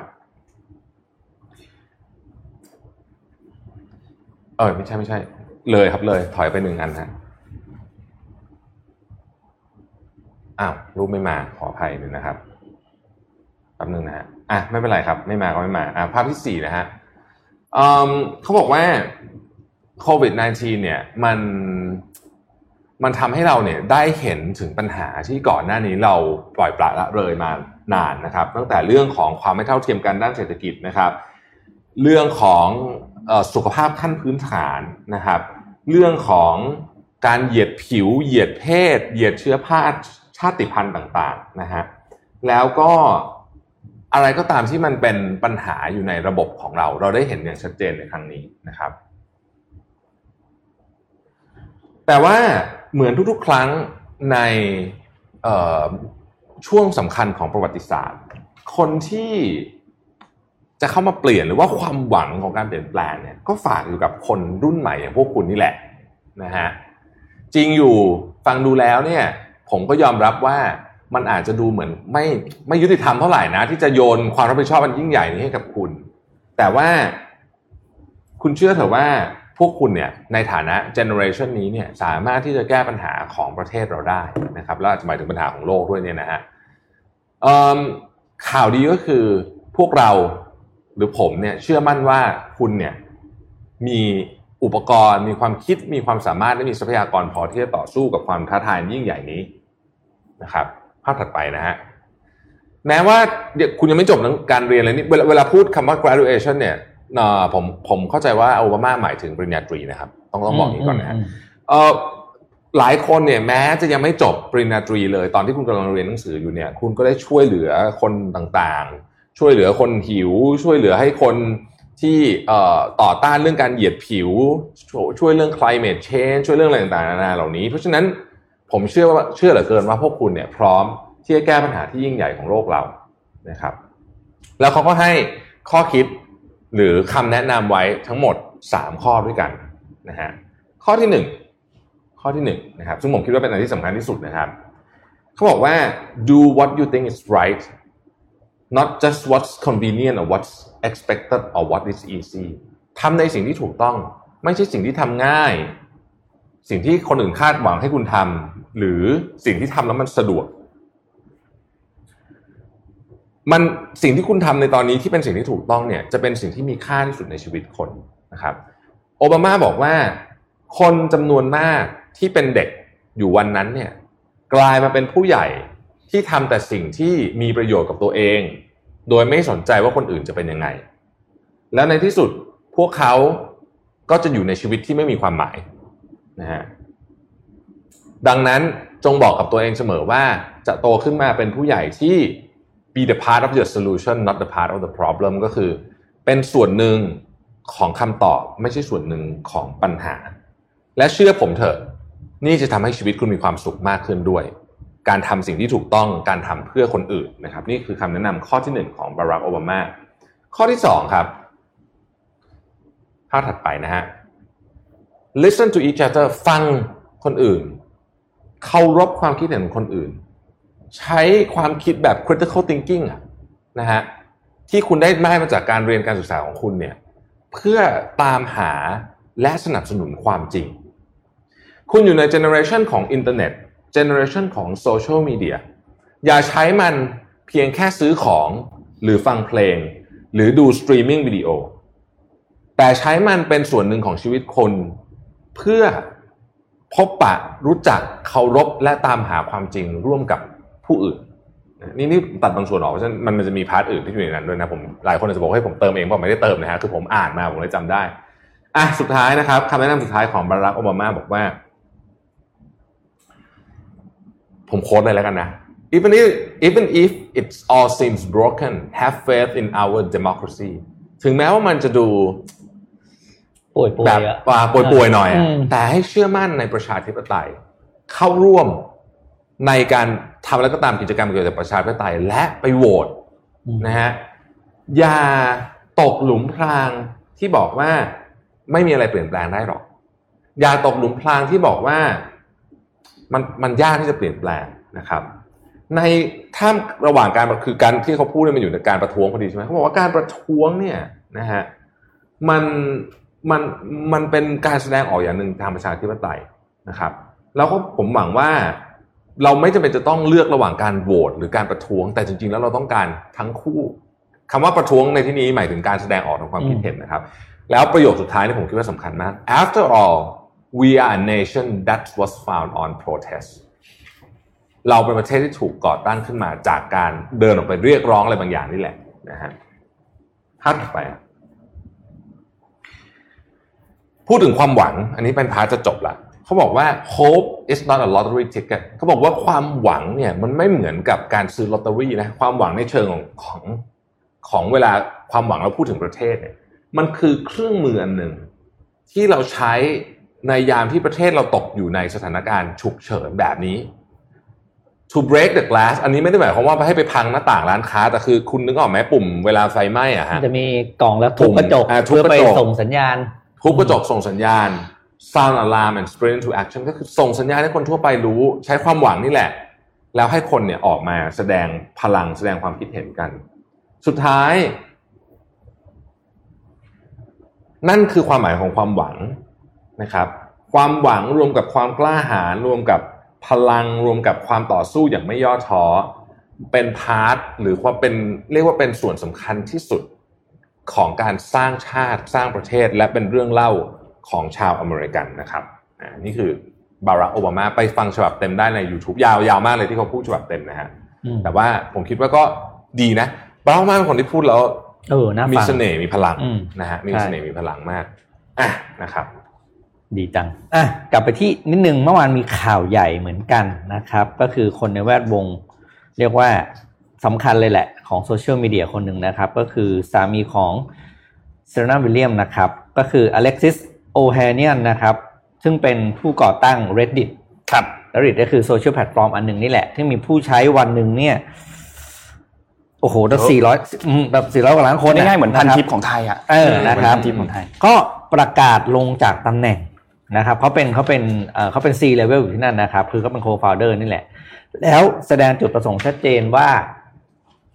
ไม่ใช่เลยครับเลยถอยไป1อันฮะรูปไม่มาขออภัยด้วยนะครับแป๊บนึงนะฮะไม่เป็นไรครับไม่มาก็ไม่มาภาพที่4นะฮะเขาบอกว่าโควิด -19 เนี่ยมันทำให้เราเนี่ยได้เห็นถึงปัญหาที่ก่อนหน้านี้เราปล่อยปละละเลยมานานนะครับตั้งแต่เรื่องของความไม่เท่าเทียมกันด้านเศรษฐกิจนะครับเรื่องของสุขภาพขั้นพื้นฐานนะครับเรื่องของการเหยียดผิวเหยียดเพศเหยียดเชื้อชาติพันธุ์ต่างๆนะฮะแล้วก็อะไรก็ตามที่มันเป็นปัญหาอยู่ในระบบของเราได้เห็นอย่างชัดเจนในครั้งนี้นะครับแต่ว่าเหมือนทุกๆครั้งในช่วงสำคัญของประวัติศาสตร์คนที่จะเข้ามาเปลี่ยนหรือว่าความหวังของการเปลี่ยนแปลงเนี่ยก็ฝากอยู่กับคนรุ่นใหม่อย่างพวกคุณนี่แหละนะฮะจริงอยู่ฟังดูแล้วเนี่ยผมก็ยอมรับว่ามันอาจจะดูเหมือนไม่ยุติธรรมเท่าไหร่นะที่จะโยนความรับผิดชอบอันยิ่งใหญ่นี้ให้กับคุณแต่ว่าคุณเชื่อเถอะว่าพวกคุณเนี่ยในฐานะเจเนอเรชันนี้เนี่ยสามารถที่จะแก้ปัญหาของประเทศเราได้นะครับและอาจจะหมายถึงปัญหาของโลกด้วยเนี่ยนะฮะข่าวดีก็คือพวกเราหรือผมเนี่ยเชื่อมั่นว่าคุณเนี่ยมีอุปกรณ์มีความคิดมีความสามารถและมีทรัพยากรพอที่จะต่อสู้กับความท้าทายยิ่งใหญ่นี้นะครับภาพถัดไปนะฮะแม้ว่าคุณยังไม่จบการเรียนเลยนี่เวลาพูดคำว่า graduation เนี่ยผมเข้าใจว่าโอบามาหมายถึงปริญญาตรีนะครับต้องบอกอย่างนี้ก่อนนะฮะหลายคนเนี่ยแม้จะยังไม่จบปริญญาตรีเลยตอนที่คุณกำลังเรียนหนังสืออยู่เนี่ยคุณก็ได้ช่วยเหลือคนต่างๆช่วยเหลือคนหิวช่วยเหลือให้คนที่ต่อต้านเรื่องการเหยียดผิวช่วยเรื่อง climate change ช่วยเรื่องอะไรต่างๆนานาเหล่านี้เพราะฉะนั้นผมเชื่อเหลือเกินว่าพวกคุณเนี่ยพร้อมที่จะแก้ปัญหาที่ยิ่งใหญ่ของโลกเรานะครับแล้วเขาก็ให้ข้อคิดหรือคำแนะนำไว้ทั้งหมด3ข้อด้วยกันนะฮะข้อที่1นะครับซึ่งผมคิดว่าเป็นอันที่สำคัญที่สุดนะครับเขาบอกว่า do what you think is right not just what's convenient or what's expected or what is easy ทำในสิ่งที่ถูกต้องไม่ใช่สิ่งที่ทำง่ายสิ่งที่คนอื่นคาดหวังให้คุณทำหรือสิ่งที่ทำแล้วมันสะดวกมันสิ่งที่คุณทำในตอนนี้ที่เป็นสิ่งที่ถูกต้องเนี่ยจะเป็นสิ่งที่มีค่าที่สุดในชีวิตคนนะครับโอบามาบอกว่าคนจำนวนมากที่เป็นเด็กอยู่วันนั้นเนี่ยกลายมาเป็นผู้ใหญ่ที่ทำแต่สิ่งที่มีประโยชน์กับตัวเองโดยไม่สนใจว่าคนอื่นจะเป็นยังไงแล้วในที่สุดพวกเขาก็จะอยู่ในชีวิตที่ไม่มีความหมายนะฮะดังนั้นจงบอกกับตัวเองเสมอว่าจะโตขึ้นมาเป็นผู้ใหญ่ที่ be the part of the solution not the part of the problem ก็คือเป็นส่วนหนึ่งของคำตอบไม่ใช่ส่วนหนึ่งของปัญหาและเชื่อผมเถอะนี่จะทำให้ชีวิตคุณมีความสุขมากขึ้นด้วยการทำสิ่งที่ถูกต้องการทำเพื่อคนอื่นนะครับนี่คือคำแนะนำข้อที่1ของบารักโอบามาข้อที่2ครับภาพถัดไปนะฮะ listen to each other ฟังคนอื่นเคารพความคิดเห็นของคนอื่นใช้ความคิดแบบ critical thinking นะฮะที่คุณได้มาจากการเรียนการศึกษาของคุณเนี่ยเพื่อตามหาและสนับสนุนความจริงคุณอยู่ในเจเนอเรชันของอินเทอร์เน็ตเจเนอเรชันของโซเชียลมีเดียอย่าใช้มันเพียงแค่ซื้อของหรือฟังเพลงหรือดูสตรีมมิ่งวิดีโอแต่ใช้มันเป็นส่วนหนึ่งของชีวิตคนเพื่อพบปะรู้จักเคารพและตามหาความจริงร่วมกับผู้อื่นนี่ตัดบางส่วนออกเพราะฉะนั้นมันจะมีพาร์ทอื่นที่อยู่ในนั้นด้วยนะผมหลายคนจะบอกให้ผมเติมเองผมไม่ได้เติมนะฮะคือผมอ่านมาผมเลยจำได้สุดท้ายนะครับคำแนะนำสุดท้ายของบารักโอบามาบอกว่าผมโค้ดเลยแล้วกันนะ even if it all seems broken have faith in our democracy ถึงแม้ว่ามันจะดูแบบป่วยๆหน่อยแต่ให้เชื่อมั่นในประชาธิปไตยเข้าร่วมในการทำแล้วก็ตามกิจกรรมเกี่ยวกับประชาธิปไตยและไปโหวตนะฮะอย่าตกหลุมพรางที่บอกว่าไม่มีอะไรเปลี่ยนแปลงได้หรอกอย่าตกหลุมพรางที่บอกว่ามันยากที่จะเปลี่ยนแปลงนะครับในท่ามระหว่างการคือการที่เขาพูดเนี่ยมันอยู่ในการประท้วงพอดีใช่ไหมเขาบอกว่าการประท้วงเนี่ยนะฮะมันเป็นการแสดงออกอย่างหนึ่งทางประชาธิปไตยนะครับแล้วก็ผมหวังว่าเราไม่จำเป็นจะต้องเลือกระหว่างการโหวตหรือการประท้วงแต่จริงๆแล้วเราต้องการทั้งคู่คำว่าประท้วงในที่นี้หมายถึงการแสดงออกทางความคิดเห็นนะครับแล้วประโยคสุดท้ายที่ผมคิดว่าสำคัญมาก After all we are a nation that was found on protest เราเป็นประเทศที่ถูกก่อตั้งขึ้นมาจากการเดินออกไปเรียกร้องอะไรบางอย่างนี่แหละนะฮะถัดไปพูดถึงความหวังอันนี้เป็นพาร์ทจะจบละเขาบอกว่า hope is not a lottery ticket เขาบอกว่าความหวังเนี่ยมันไม่เหมือนกับการซื้อลอตเตอรี่นะความหวังในเชิงของเวลาความหวังเราพูดถึงประเทศเนี่ยมันคือเครื่องมืออันหนึ่งที่เราใช้ในยามที่ประเทศเราตกอยู่ในสถานการณ์ฉุกเฉินแบบนี้ to break the glass อันนี้ไม่ได้หมายความว่าให้ไปพังหน้าต่างร้านค้าแต่คือคุณนึกออกไหมปุ่มเวลาไฟไหม้อะฮะจะมีกล่องแล้วทุบกระจกเพื่อไปส่งสัญญาณทุบกระจกส่งสัญญาณ sound alarm and sprint into action ก็คือส่งสัญญาณให้คนทั่วไปรู้ใช้ความหวังนี่แหละแล้วให้คนเนี่ยออกมาแสดงพลังแสดงความคิดเห็นกันสุดท้ายนั่นคือความหมายของความหวังนะครับความหวังรวมกับความกล้าหาญรวมกับพลังรวมกับความต่อสู้อย่างไม่ย่อท้อเป็นพาร์ทหรือว่าเป็นเรียกว่าเป็นส่วนสำคัญที่สุดของการสร้างชาติสร้างประเทศและเป็นเรื่องเล่าของชาวอเมริกันนะครับนี่คือบารักโอบามาไปฟังฉบับเต็มได้ใน YouTube ยาวมากเลยที่เขาพูดฉบับเต็มนะฮะแต่ว่าผมคิดว่าก็ดีนะบารักโอบามาเป็นคนที่พูดแล้วมีเสน่ห์มีพลังนะฮะมีเสน่ห์มีพลังมากนะครับดีจังกลับไปที่นิดนึงเมื่อวานมีข่าวใหญ่เหมือนกันนะครับก็คือคนในแวดวงเรียกว่าสำคัญเลยแหละของโซเชียลมีเดียคนหนึ่งนะครับก็คือสามีของเซเรนาวิลเลียมนะครับก็คืออเล็กซิสโอแฮเนียนนะครับซึ่งเป็นผู้ก่อตั้ง Reddit ครับ Reddit ก็คือโซเชียลแพลตฟอร์มอันหนึ่งนี่แหละที่มีผู้ใช้วันหนึ่งเนี่ยโอ้โหแบบ400กว่าล้านคนง่ายๆเหมือนพันทิปของไทยนะครับพันทิปของไทยก็ประกาศลงจากตำแหน่งนะครับเขาเป็น C level อยู่ที่นั่นนะครับคือเขาเป็น co-founder นี่แหละแล้วแสดงจุดประสงค์ชัดเจนว่า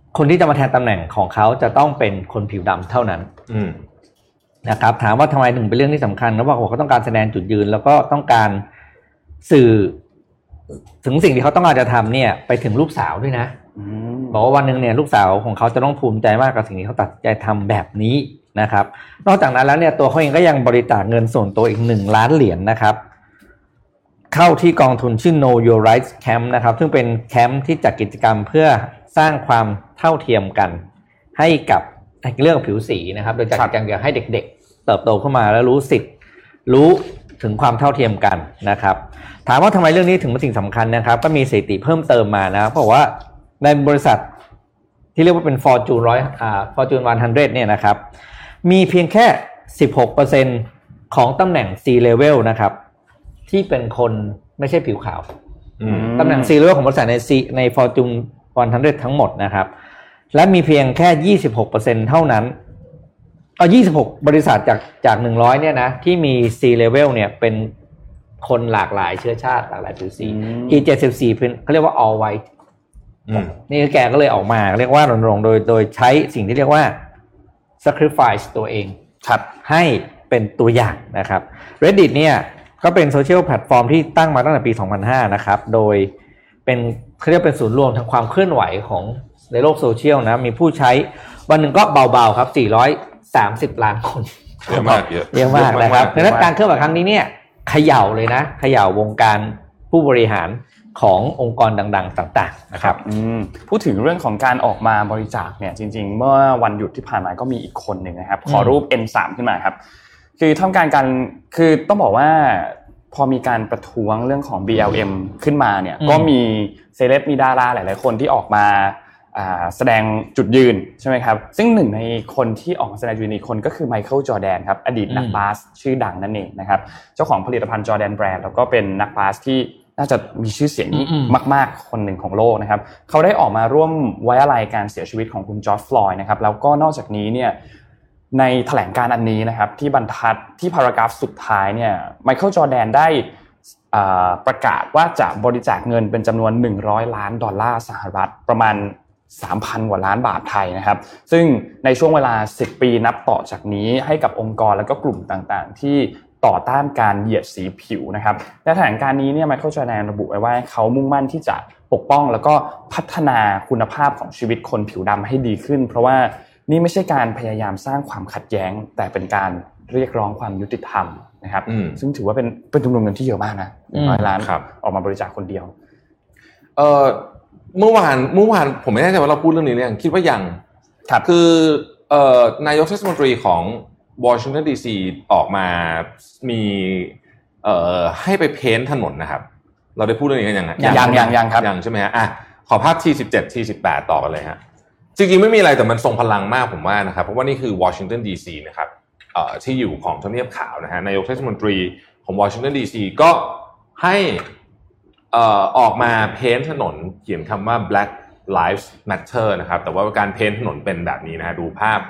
คนที่จะมาแทนตำแหน่งของเขาจะต้องเป็นคนผิวดำเท่านั้นนะครับถามว่าทำไมถึงเป็นเรื่องที่สำคัญนะว่าเขาต้องการแสดงจุดยืนแล้วก็ต้องการสื่อถึงสิ่งที่เขาต้องการจะทำเนี่ยไปถึงลูกสาวด้วยนะบอกว่าวันนึงเนี่ยลูกสาวของเขาจะต้องภูมิใจมากกับสิ่งที่เขาตัดใจทำแบบนี้นะครับนอกจากนั้นแล้วเนี่ยตัวเขาเองก็ยังบริจาคเงินส่วนตัวอีก1 ล้านเหรียญนะครับเข้าที่กองทุนชื่อ Know Your Rights Camp นะครับซึ่งเป็นแคมป์ที่จัดกิจกรรมเพื่อสร้างความเท่าเทียมกันให้กับเรื่องผิวสีนะครับโดยจัดกิจกรรมให้เด็กๆเติบโตขึ้นมาแล้วรู้สิทธิ์รู้ถึงความเท่าเทียมกันนะครับถามว่าทำไมเรื่องนี้ถึงเป็นสิ่งสำคัญนะครับก็มีสถิติเพิ่มเติมมานะเพราะว่าในบริษัทที่เรียกว่าเป็น Fortune 100 เนี่ยนะครับมีเพียงแค่ 16% ของตำแหน่ง C-level นะครับที่เป็นคนไม่ใช่ผิวขาวตำแหน่ง C-level ของบริษัทใน Fortune 100 ทั้งหมดนะครับและมีเพียงแค่ 26% เท่านั้น26บริษัทจาก100เนี่ยนะที่มี C-level เนี่ยเป็นคนหลากหลายเชื้อชาติหลากหลายผิวสีอีก74เป็นเขาเรียกว่า all white นี่แกก็เลยออกมาเรียกว่ารณรงค์โดยใช้สิ่งที่เรียกว่า sacrifice ตัวเองให้เป็นตัวอย่างนะครับ Reddit เนี่ยก็เป็นโซเชียลแพลตฟอร์มที่ตั้งมาตั้งแต่ปี 2005 นะครับโดยเป็นเขาเรียกเป็นศูนย์รวมทางความเคลื่อนไหวของในโลกโซเชียลนะมีผู้ใช้วันหนึ่งก็เบาๆครับ430 ล้านคนเยอะมากนะครับดังนั้นการเคลื่อนไหวครั้งนี้เนี่ยเขย่าเลยนะเขย่าวงการผู้บริหารขององค์กรดังๆต่างๆนะครับพูดถึงเรื่องของการออกมาบริจาคเนี่ยจริงๆเมื่อวันหยุดที่ผ่านมาก็มีอีกคนหนึ่งนะครับขอรูป N3 ขึ้นมาครับคือทำการคือต้องบอกว่าพอมีการประท้วงเรื่องของ BLM ขึ้นมาเนี่ยก็มีเซเลบมีดาราหลายๆคนที่ออกมาแสดงจุดยืนใช่ไหมครับซึ่งหนึ่งในคนที่ออกมาแสดงจุดยืนอีกคนก็คือไมเคิลจอร์แดนครับอดีตนักบาสชื่อดังนั่นเองนะครับเจ้าของผลิตภัณฑ์จอร์แดนแบรนด์แล้วก็เป็นนักบาสที่น่าจะมีชื่อเสียงมากๆคนหนึ่งของโลกนะครับเขาได้ออกมาร่วมไว้อาลัยการเสียชีวิตของคุณจอร์จฟลอยด์นะครับแล้วก็นอกจากนี้เนี่ยในแถลงการอันนี้นะครับที่บรรทัดที่พารากราฟสุดท้ายเนี่ยไมเคิลจอร์แดนได้ประกาศว่าจะบริจาคเงินเป็นจำนวน$100 ล้านสหรัฐประมาณ3,000 กว่าล้านบาทไทยนะครับซึ่งในช่วงเวลา10 ปีนับต่อจากนี้ให้กับองค์กรและก็กลุ่มต่างๆที่ต่อต้านการเหยียดสีผิวนะครับในแถลงการนี้เนี่ยไมเคิลจอร์แดนระบุไว้ว่าเขามุ่งมั่นที่จะปกป้องแล้วก็พัฒนาคุณภาพของชีวิตคนผิวดำให้ดีขึ้นเพราะว่านี่ไม่ใช่การพยายามสร้างความขัดแย้งแต่เป็นการเรียกร้องความยุติธรรมนะครับซึ่งถือว่าเป็นจำนวนเงินที่เยอะมากนะ100 ล้านออกมาบริจาคคนเดียวเมื่อวานผมไม่แน่ใจว่าเราพูดเรื่องนี้หรือยังคิดว่ายังคือนายกเทศมนตรีของวอชิงตันดีซีออกมามีให้ไปเพ้นท์ถนนนะครับเราได้พูดเรื่องนี้กันยังครับยังใช่ไหมฮะขอภาพ T17 T18 ต่อกันเลยฮะจริงๆไม่มีอะไรแต่มันทรงพลังมากผมว่านะครับเพราะว่านี่คือวอชิงตันดีซีนะครับที่อยู่ของทำเนียบขาวนะฮะนายกเทศมนตรีของวอชิงตันดีซีก็ให้ออกมาเพ้นท์ถนนเขียนคำว่า Black Lives Matter นะครับแต่ว่าการเพ้นท์ถนนเป็นแบบนี้นะฮะดูภาพ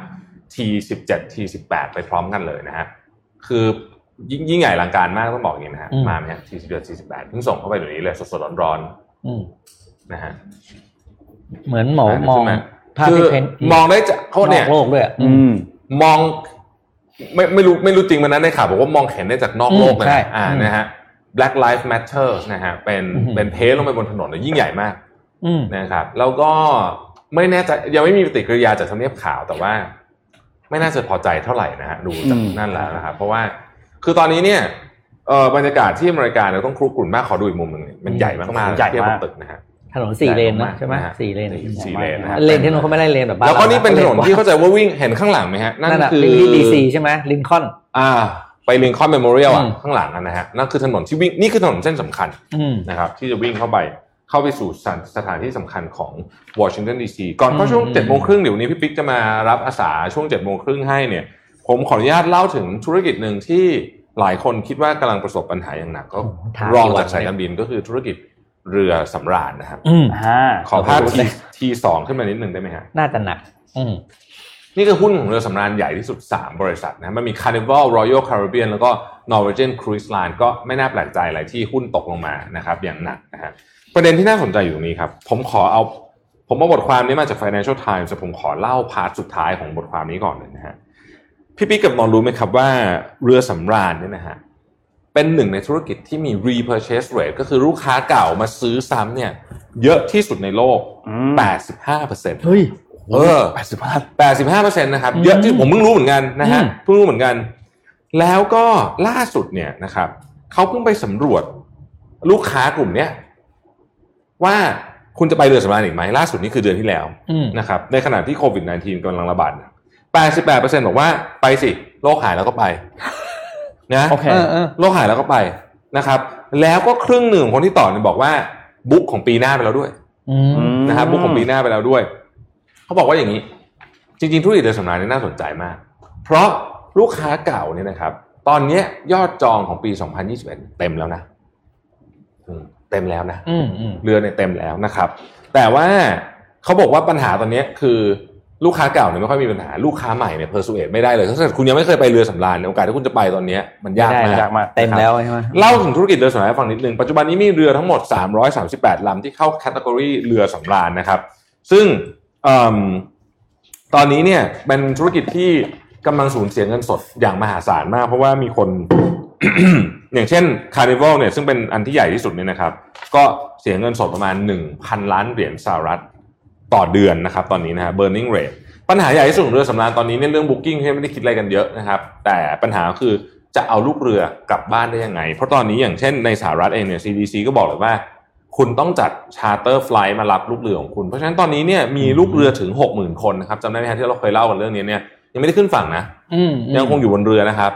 T17 T18 ไปพร้อมกันเลยนะฮะคือยิ่งใหญ่อลังการมากต้องบอกอย่างนี้นะฮะมาไหมฮะ T17 T18 เพิ่งส่งเข้าไปเดี๋ยวนี้เลยสดๆร้อนๆนะฮะเหมือนหมอมองภาพที่เพ้นท์มองได้จากเขาเนี่ยโลกด้วยมองไม่รู้จริงมันนั้นในข่าวบอกว่ามองเห็นได้จากนอกโลกเลยนะฮะBlack Lives Matter นะฮะเป็นเพจลงไปบนถนนยิ่งใหญ่มากนะครับแล้วก็ไม่แน่ใจยังไม่มีปฏิกิริยาจากทำเนียบขาวแต่ว่าไม่น่าจะพอใจเท่าไหร่นะฮะดูจากนั่นแล้วนะครับเพราะว่าคือตอนนี้เนี่ยบรรยากาศที่อเมริกาเนี่ยต้องครุกรุ่นมากขอดูอีกมุมนึงมันใหญ่มากๆเทียบกับตึกนะฮะถนน4 เลนนะใช่ไหม4 เลนนะฮะเลนที่นู้นเขาไม่ได้เลนแบบบ้านแล้วก็นี่เป็นถนนที่เข้าใจว่าวิ่งเห็นข้างหลังไหมฮะนั่นคือที่ดีซีใช่ไหมลินคอล์นไปลิงคอล์นเมโมเรียลข้างหลังนะฮะนั่นคือถนนที่วิ่งนี่คือถนนเส้นสำคัญนะครับที่จะวิ่งเข้าไปสู่สถานที่สำคัญของวอชิงตันดีซีก่อนเข้าช่วง 7:30 น.เดี๋ยวนี้พี่ปิ๊กจะมารับอาสาช่วง 7:30 น.ให้เนี่ยผมขออนุญาตเล่าถึงธุรกิจนึงที่หลายคนคิดว่ากำลังประสบปัญหาอย่างหนักก็รองจากสายการบินก็คือธุรกิจเรือสำราญนะครับขอภาพ T2 ขึ้นมานิดนึงได้ไหมฮะน่าจะหนักนี่คือหุ้นของเรือสำราญใหญ่ที่สุด3บริษัทนะมันมี Carnival Royal Caribbean แล้วก็ Norwegian Cruise Line ก็ไม่น่าแปลกใจอะไรที่หุ้นตกลงมานะครับอย่างหนักนะฮะประเด็นที่น่าสนใจอยู่ตรงนี้ครับผมขอเอาผมเอาบทความนี้มาจาก Financial Times ผมขอเล่าพาร์ทสุดท้ายของบทความนี้ก่อนเลยนะฮะพี่ปิ๊กกับนอนรู้ไหมครับว่าเรือสำราญเนี่ยนะฮะเป็นหนึ่งในธุรกิจที่มี repurchase rate ก็คือลูกค้าเก่ามาซื้อซ้ำเนี่ยเยอะที่สุดในโลก 85% เฮ้ย 85% นะครับเยอะที่ผมเพิ่งรู้เหมือนกันนะฮะเพิ่งรู้เหมือนกันแล้วก็ล่าสุดเนี่ยนะครับเขาเพิ่งไปสำรวจลูกค้ากลุ่มเนี้ยว่าคุณจะไปเรือสำราญอีกไหมล่าสุดนี่คือเดือนที่แล้วนะครับในขณะที่โควิด -19 กำลังระบาด 88% บอกว่าไปสิโรคหายแล้วก็ไปนะโอเคโรคหายแล้วก็ไปนะครับแล้วก็ครึ่งหนึ่งของคนที่ต่อเนี่ยบอกว่าบุ๊กของปีหน้าไปแล้วด้วยนะครับบุ๊กของปีหน้าไปแล้วด้วยเขาบอกว่าอย่างนี้จริงๆธุรกิจเรือสำราญนี่น่าสนใจมากเพราะลูกค้าเก่าเนี่ยนะครับตอนนี้ยอดจองของปี2021เต็มแล้วนะเต็มแล้วนะเรือเนี่ยเต็มแล้วนะครับแต่ว่าเขาบอกว่าปัญหาตอนนี้คือลูกค้าเก่าเนี่ยไม่ค่อยมีปัญหาลูกค้าใหม่เนี่ยpersuadeไม่ได้เลยถ้าเกิดคุณยังไม่เคยไปเรือสำราญเนี่ยโอกาสที่คุณจะไปตอนนี้มันยากมากเต็มแล้วใช่ไหมเล่าถึงธุรกิจเรือสำราญให้ฟังนิดนึงปัจจุบันนี้มีเรือทั้งหมด338ลำที่เข้าแคตตากรีเรือสำราญนะครับซึ่งตอนนี้เนี่ยเป็นธุรกิจที่กำลังสูญเสียเงินสดอย่างมหาศาลมากเพราะว่ามีคน อย่างเช่น Carnival เนี่ยซึ่งเป็นอันที่ใหญ่ที่สุดเนี่ยนะครับก็เสียเงินสดประมาณ 1,000 ล้านเหรียญสหรัฐต่อเดือนนะครับตอนนี้นะฮะ burning rate ปัญหาใหญ่ที่สุดของเรือสำราญตอนนี้เนี่ยเรื่อง booking ที่ไม่ได้คิดอะไรกันเยอะนะครับแต่ปัญหาคือจะเอาลูกเรือกลับบ้านได้ยังไงเพราะตอนนี้อย่างเช่นในสหรัฐเองเนี่ย CDC ก็บอกเลยว่าคุณต้องจัด charter flight มารับลูกเรือของคุณเพราะฉะนั้นตอนนี้เนี่ยมีลูกเรือถึง 60,000 คนนะครับจำได้ไหมฮะที่เราเคยเล่ากันเรื่องนี้เนี่ยยังไม่ได้ขึ้นฝั่งนะยังคงอยู่บนเรือนะครับ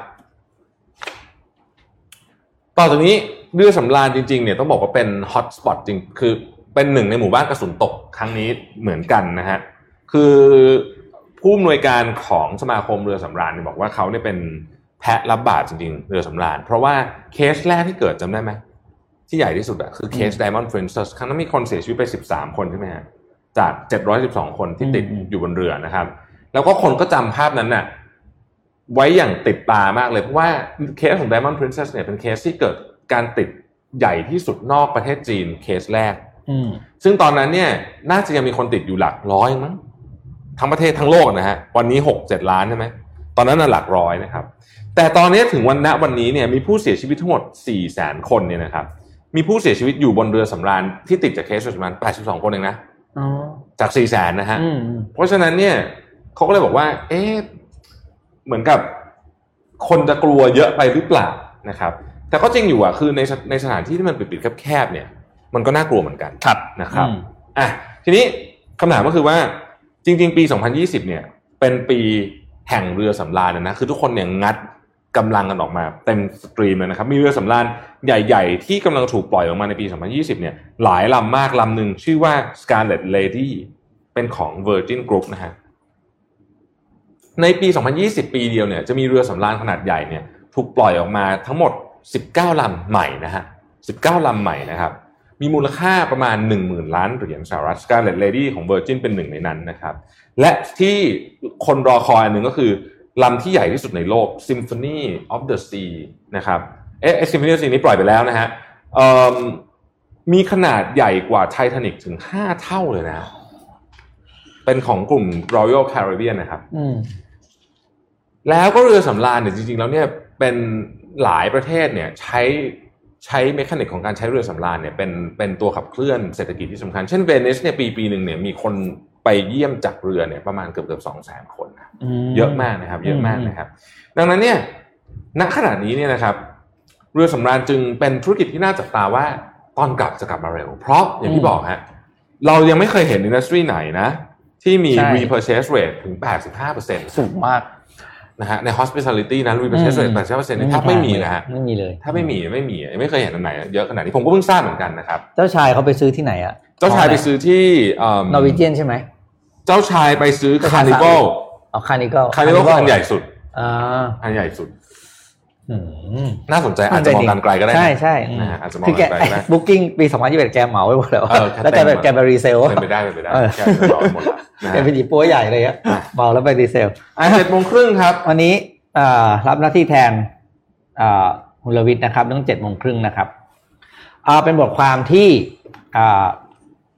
ต่อจากนี้เรือสำราญจริงๆเนี่ยต้องบอกว่าเป็นฮอตสปอตจริงคือเป็นหนึ่งในหมู่บ้านกระสุนตกครั้งนี้เหมือนกันนะฮะคือผู้อำนวยการของสมาคมเรือสำราญเนี่ยบอกว่าเขาเนี่ยเป็นแพะรับบาปจริงๆเรือสำราญเพราะว่าเคสแรกที่เกิดจำได้ไหมที่ใหญ่ที่สุดอะคือเคส Diamond Princess ครั้งนั้นมีคนเสียชีวิตไป13คนใช่ไหมฮะจาก712คนที่ติดอยู่บนเรือนะครับแล้วก็คนก็จำภาพนั้นน่ะไว้อย่างติดตามากเลยเพราะว่าเคสของ Diamond Princess เนี่ยเป็นเคสที่เกิดการติดใหญ่ที่สุดนอกประเทศจีนเคสแรกซึ่งตอนนั้นเนี่ยน่าจะยังมีคนติดอยู่หลักร้อยมั้งทั้งประเทศทั้งโลกนะฮะวันนี้ 6-7 ล้านใช่ไหมตอนนั้นน่ะหลักร้อยนะครับแต่ตอนนี้ถึงวันนี้เนี่ยมีผู้เสียชีวิตทั้งหมด 400,000 คนเนี่ยนะครับมีผู้เสียชีวิตอยู่บนเรือสำราญที่ติดจากเคสประมาณ82 คนเองนะจาก 400,000 นะฮะเพราะฉะนั้นเนี่ยเขาก็เลยบอกว่าเหมือนกับคนจะกลัวเยอะไปหรือเปล่านะครับแต่ก็จริงอยู่อ่ะคือในสถานที่ที่มันปิดๆแคบๆเนี่ยมันก็น่ากลัวเหมือนกันนะครับทีนี้คำถามก็คือว่าจริงๆปี2020เนี่ยเป็นปีแห่งเรือสำราญนะคือทุกคนเนี่ยงัดกำลังกันออกมาเต็มสตรีมเลยนะครับมีเรือสำราญใหญ่ๆที่กำลังถูกปล่อยออกมาในปี2020เนี่ยหลายลำมากลำหนึ่งชื่อว่า Scarlet Lady เป็นของ Virgin Group นะฮะในปี2020ปีเดียวเนี่ยจะมีเรือสำราญขนาดใหญ่เนี่ยถูกปล่อยออกมาทั้งหมด19ลำใหม่นะฮะ19ลำใหม่นะครับมีมูลค่าประมาณ 10,000 ล้านเหรียญสหรัฐ Scarlet Lady ของ Virgin เป็นหนึ่งในนั้นนะครับและที่คนรอคอยอันหนึ่งก็คือลำที่ใหญ่ที่สุดในโลก Symphony of the Sea นะครับSymphony of the Sea นี้ปล่อยไปแล้วนะฮะมีขนาดใหญ่กว่า Titanic ถึง5 เท่าเลยนะเป็นของกลุ่ม Royal Caribbean นะครับแล้วก็เรือสำราญเนี่ยจริงๆแล้วเนี่ยเป็นหลายประเทศเนี่ยใช้เมคานิกของการใช้เรือสำราญเนี่ยเป็นตัวขับเคลื่อนเศรษฐกิจที่สำคัญเช่นเวนิสเนี่ยปีนึงเนี่ยมีคนไปเยี่ยมจากเรือเนี่ยประมาณเกือบ 200,000 คนนะเยอะมากนะครับเยอะมากนะครับดังนั้นเนี่ยณขณะนี้เนี่ยนะครับเรือสำราญจึงเป็นธุรกิจที่น่าจับตาว่าตอนกลับจะกลับมาเร็วเพราะอย่างที่บอกฮะเรายังไม่เคยเห็นอินดัสทรีไหนนะที่มี repurchase rate ถึง 85% สูงมากนะฮะใน hospitality นะ repurchase rate 85% นี่แทบไม่มีนะฮะไม่มีเลยถ้าไม่มีเคยเห็นอันไหนเยอะขนาดนี้ผมก็เพิ่งทราบเหมือนกันนะครับเจ้าชายเขาไปซื้อที่ไหนอ่ะเจ้าชายไปซื้อที่นอร์วีเจียนใช่ไหมเจ้าชายไปซื้อ Carnival Carnival อันใหญ่สุดอันใหญ่สุดน่าสนใจอาจจะมองกันไกลก็ได้ใช่นะฮะอาจจะมองกันไกลก็ได้ Booking ปี2021แกเหมาไว้หมดแล้วแล้วแกไปรีเซลเป็นไปได้แกเหมาหมดแล้วแกเป็นหยิบปัวใหญ่เลยอ่ะเหมาแล้วไปรีเซล 7:30 ครับวันนี้รับหน้าที่แทนคุณรวิทย์นะครับตั้ง 7:30 นะครับเป็นบทความที่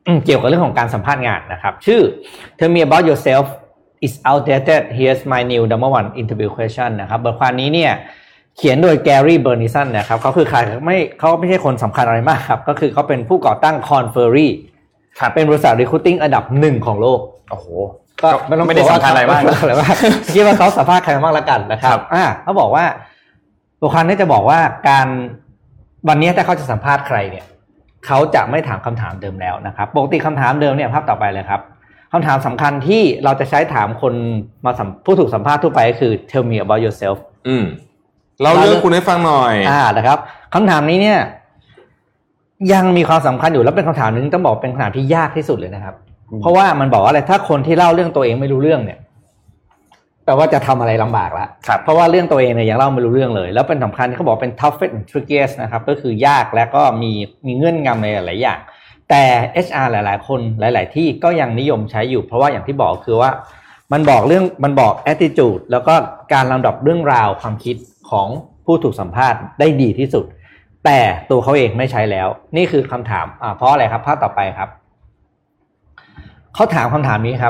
เกี่ยวกับเรื่องของการสัมภาษณ์งานนะครับชื่อ Tell me about yourself is outdated here's my new number one interview question นะครับบทความนี้เนี่ยเขียนโดยแกรี่เบอร์นิสันนะครับเขาคือใครเขาไม่ใช่คนสำคัญอะไรมากครับก็คือเขาเป็นผู้ก่อตั้ง Conferry เป็นบริษัท recruiting อันดับ1ของโลกโอ้โหก็ไม่ได้สำคัญอะไรมากคิดว่าเขาสัมภาษณ์ใครมากแล้วกันนะครับเขาบอกว่าบทความนี้จะบอกว่าการวันนี้ถ้าเขาจะสัมภาษณ์ใครเนี่ยเขาจะไม่ถามคำถามเดิมแล้วนะครับปกติคำถามเดิมเนี่ยภาพต่อไปเลยครับคำถามสำคัญที่เราจะใช้ถามคนมาผู้ถูกสัมภาษณ์ทั่วไปก็คือ tell me about yourself เราเรื่องคุณให้ฟังหน่อยนะครับคำถามนี้เนี่ยยังมีความสำคัญอยู่แล้วเป็นคำถามนึงต้องบอกเป็นคำถามที่ยากที่สุดเลยนะครับเพราะว่ามันบอกว่าอะไรถ้าคนที่เล่าเรื่องตัวเองไม่รู้เรื่องเนี่ยแปลว่าจะทำอะไรลำบากแล้วเพราะว่าเรื่องตัวเองเนี่ยยังเล่าไม่รู้เรื่องเลยแล้วเป็นสำคัญที่เขาบอกเป็น toughest and trickiest นะครับก็คือยากและก็มีเงื่อนงำในหลายอย่างแต่ HR หลายๆคนหลายๆที่ก็ยังนิยมใช้อยู่เพราะว่าอย่างที่บอกคือว่ามันบอก attitude แล้วก็การลำดับเรื่องราวความคิดของผู้ถูกสัมภาษณ์ได้ดีที่สุดแต่ตัวเขาเองไม่ใช้แล้วนี่คือคำถามเพราะอะไรครับภาพต่อไปครับเขาถามคำถามนี้ครับ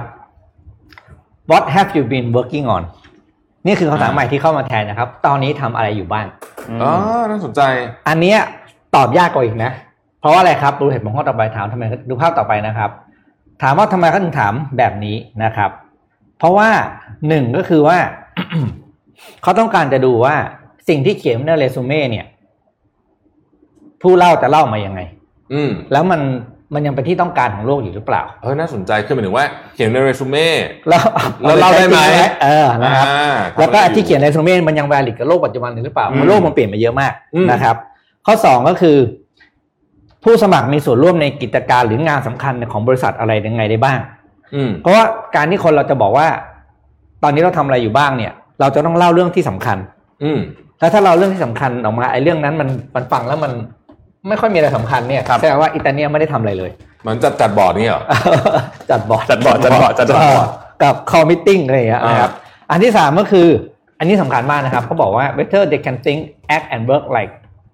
What have you been working on นี่คือคำถามใหม่ที่เข้ามาแทนนะครับตอนนี้ทำอะไรอยู่บ้างน่าสนใจอันนี้ตอบยากกว่าอีกนะเพราะว่าอะไรครับดูเหตุผลข้อต่อไปถามทำไมดูภาพต่อไปนะครับถามว่าทำไมเขาถึงถามแบบนี้นะครับเพราะว่า1ก็คือว่า เขาต้องการจะดูว่าสิ่งที่เขียนในเรซูเม่เนี่ยผู้เล่าจะเล่ามายังไงแล้วมันยังเป็นที่ต้องการของโลกอยู่หรือเปล่าน่าสนใจคือหมายถึงว่าเขียนในเรซูเม่แล้วเล่าได้ไหมนะครับแล้วก็ที่เขียนในเรซูเม่มันยัง valid กับโลกปัจจุบันหรือเปล่าโลกมันเปลี่ยนมาเยอะมากนะครับข้อ2ก็คือผู้สมัครมีส่วนร่วมในกิจการหรืองานสำคัญของบริษัทอะไรยังไงได้บ้างเพราะว่าการที่คนเราจะบอกว่าตอนนี้เราทำอะไรอยู่บ้างเนี่ยเราจะต้องเล่าเรื่องที่สำคัญแล้วถ้าเราเรื่องที่สำคัญออกมาไอ้เรื่องนั้นมันฟังแล้วมันไม่ค่อยมีอะไรสำคัญเนี่ยแสดงว่าอิตาเลียนไม่ได้ทำอะไรเลยมันจัดบอร์ดนี่เหรอจัดบอร์ดกับคอมมิตติ้งอะไรอย่างเงี้ยนะครับอันที่3ก็คืออันนี้สำคัญมากนะครับเขาบอกว่า whether they can think act and work like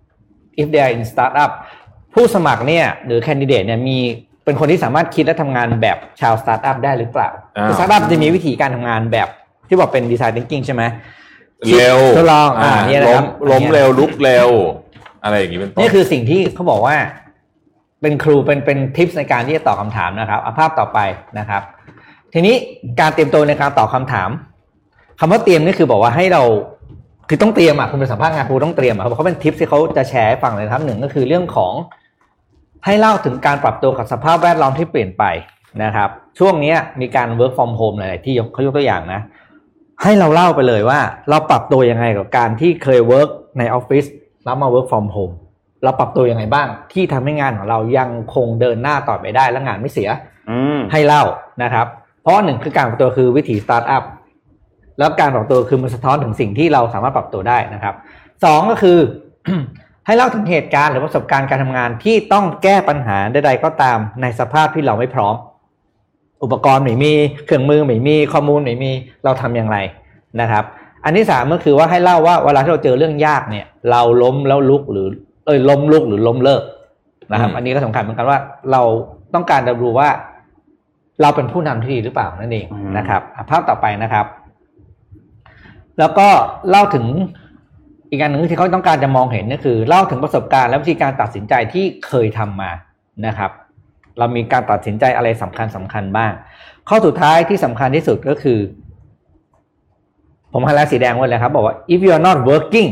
if they are in startup ผู้สมัครเนี่ยหรือแคนดิเดตเนี่ยมีเป็นคนที่สามารถคิดและทำงานแบบชาวสตาร์ทอัพได้หรือเปล่าสตาร์ทอัพจะมีวิธีการทำงานแบบที่บอกเป็น design thinking ใช่ไหมเร็วทดลองนี่นะครับล้มเร็วลุกเร็วอะไรอย่างนี้เป็นต้นนี่คือสิ่งที่เขาบอกว่าเป็นครูเป็นทิปในการที่จะตอบคำถามนะครับภาพต่อไปนะครับทีนี้การเตรียมตัวในการตอบคำถามคำว่าเตรียมนี่คือบอกว่าให้เราคือต้องเตรียมคุณเป็นสัมภาษณ์งานครูต้องเตรียมเขาเป็นทิปที่เขาจะแชร์ให้ฟังเลยครับ1ก็คือเรื่องของให้เล่าถึงการปรับตัวกับสภาพแวดล้อมที่เปลี่ยนไปนะครับช่วงนี้มีการ work from home หลายๆที่เขายกตัวอย่างนะให้เราเล่าไปเลยว่าเราปรับตัวยังไงกับการที่เคย work ในออฟฟิศแล้วมา work from home เราปรับตัวยังไงบ้างที่ทำให้งานของเรายังคงเดินหน้าต่อไปได้และงานไม่เสียให้เล่านะครับเพราะ1คือการปรับตัวคือวิถีสตาร์ทอัพแล้วการปรับตัวคือมันสะท้อนถึงสิ่งที่เราสามารถปรับตัวได้นะครับ2ก็คือ ให้เล่าถึงเหตุการณ์หรือประสบการณ์การทำงานที่ต้องแก้ปัญหาใดๆก็ตามในสภาพที่เราไม่พร้อมอุปกรณ์ไม่มีเครื่องมือไม่มีข้อมูลไม่มีเราทำอย่างไรนะครับอันที่3ก็คือว่าให้เล่าว่าเวลาที่เราเจอเรื่องยากเนี่ยเราล้มแล้วลุกหรือล้มลุกหรือล้มเลิกนะครับอันนี้ก็สำคัญเหมือนกันว่าเราต้องการจะรู้ว่าเราเป็นผู้นำที่ดีหรือเปล่านั่นเองนะครับภาพต่อไปนะครับแล้วก็เล่าถึงอีกอันหนึ่งที่เขาต้องการจะมองเห็นก็คือเล่าถึงประสบการณ์และวิธีการตัดสินใจที่เคยทำมานะครับเรามีการตัดสินใจอะไรสำคัญบ้างข้อสุดท้ายที่สำคัญที่สุดก็คือผมให้สีแดงไว้เลยครับบอกว่า if you are not working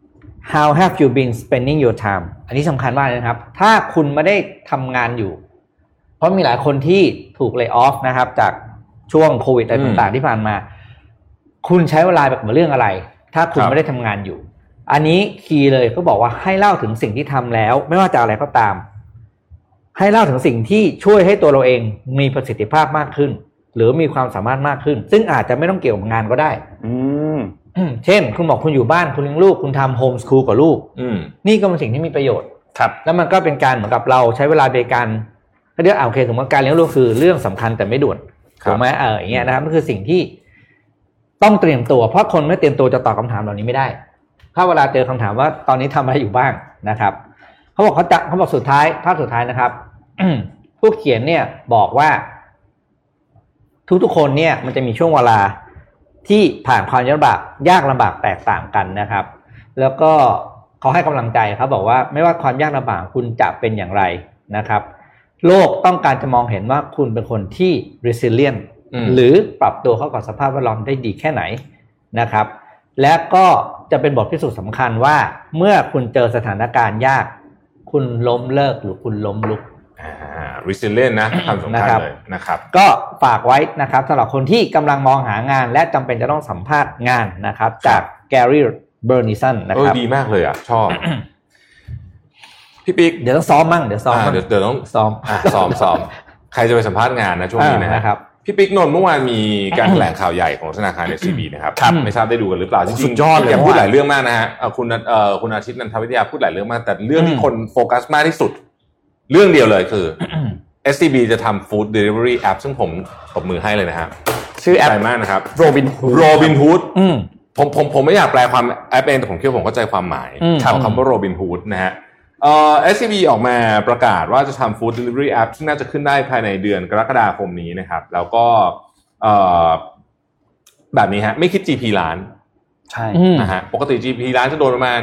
how have you been spending your time อันนี้สำคัญมากเลยครับถ้าคุณไม่ได้ทำงานอยู่เพราะมีหลายคนที่ถูก lay off นะครับจากช่วงโควิดอะไรต่างๆที่ผ่านมาคุณใช้เวลาแบบเรื่องอะไรถ้าคุณไม่ได้ทำงานอยู่อันนี้คีย์เลยเขาบอกว่าให้เล่าถึงสิ่งที่ทำแล้วไม่ว่าจะอะไรก็ตามให้เล่าถึงสิ่งที่ช่วยให้ตัวเราเองมีประสิทธิภาพมากขึ้นหรือมีความสามารถมากขึ้นซึ่งอาจจะไม่ต้องเกี่ยวกับงานก็ได้เช่นคุณบอกคุณอยู่บ้านคุณเลี้ยงลูกคุณทำโฮมสคูลกับลูกนี่ก็เป็นสิ่งที่มีประโยชน์ครับแล้วมันก็เป็นการเหมือนกับเราใช้เวลาในการเรียกโอเคสมมติการเลี้ยงลูกคือเรื่องสำคัญแต่ไม่ด่วนถูกไหมอย่างเงี้ยนะครับนั่นคือสิ่งที่ต้องเตรียมตัวเพราะคนไม่เตรียมตัวจะตอบคำถามเหล่านี้ไม่ได้ถ้าเวลาเจอคำถามว่าตอนนี้ทำอะไรอยู่บ้างนะครับเขาบอกสุดท้ายภาพสุดท้ายนะครับผู้เขียนเนี่ยบอกว่าทุกคนเนี่ยมันจะมีช่วงเวลาที่ผ่านความยากลำบากแตกต่างกันนะครับแล้วก็เขาให้กำลังใจครับบอกว่าไม่ว่าความยากลำบากคุณจะเป็นอย่างไรนะครับโลกต้องการจะมองเห็นว่าคุณเป็นคนที่ resilient หรือปรับตัวเข้ากับสภาพแวดล้อมได้ดีแค่ไหนนะครับและก็จะเป็นบทพิสูจน์สำคัญว่าเมื่อคุณเจอสถานการณ์ยากคุณล้มเลิกหรือคุณล้มลุก resilient นะคำสำคัญเลยนะครับก็ฝากไว้นะครับสำหรับคนที่กำลังมองหางานและจำเป็นจะต้องสัมภาษณ์งานนะครับจากแกรี่เบอร์นิสันนะครับดีมากเลยอ่ะชอบพี่ปิ๊กเดี๋ยวต้องซ้อมมั่งเดี๋ยวต้องซ้อมใครจะไปสัมภาษณ์งานนะช่วงนี้นะครับพี่ปิ๊กนนท์เมื่อวานมีการแถลงข่าวใหญ่ของธนาคาร SCB นะครับไม่ทราบได้ดูกันหรือเปล่าจริงๆแกพูดหลายเรื่องมากนะฮะคุณอาทิตย์นันทวิทยาพูดหลายเรื่องมากแต่เรื่องที่คนโฟกัสมากที่สุดเรื่องเดียวเลยคือ SCB จะทำ Food Delivery App ซึ่งผมตบมือให้เลยนะฮะชื่อแอปมากนะครับ Robin Hood ผมไม่อยากแปลความแอปเองแต่ผมคิดว่าผมเข้าใจความหมายของคำว่า Robin Hood นะฮะSCB ออกมาประกาศว่าจะทำ Food Delivery App ซึ่งน่าจะขึ้นได้ภายในเดือนกรกฎาคมนี้นะครับแล้วก็แบบนี้ฮะไม่คิด GP ล้านใช่นะฮะปกติ GP ล้านจะโดนประมาณ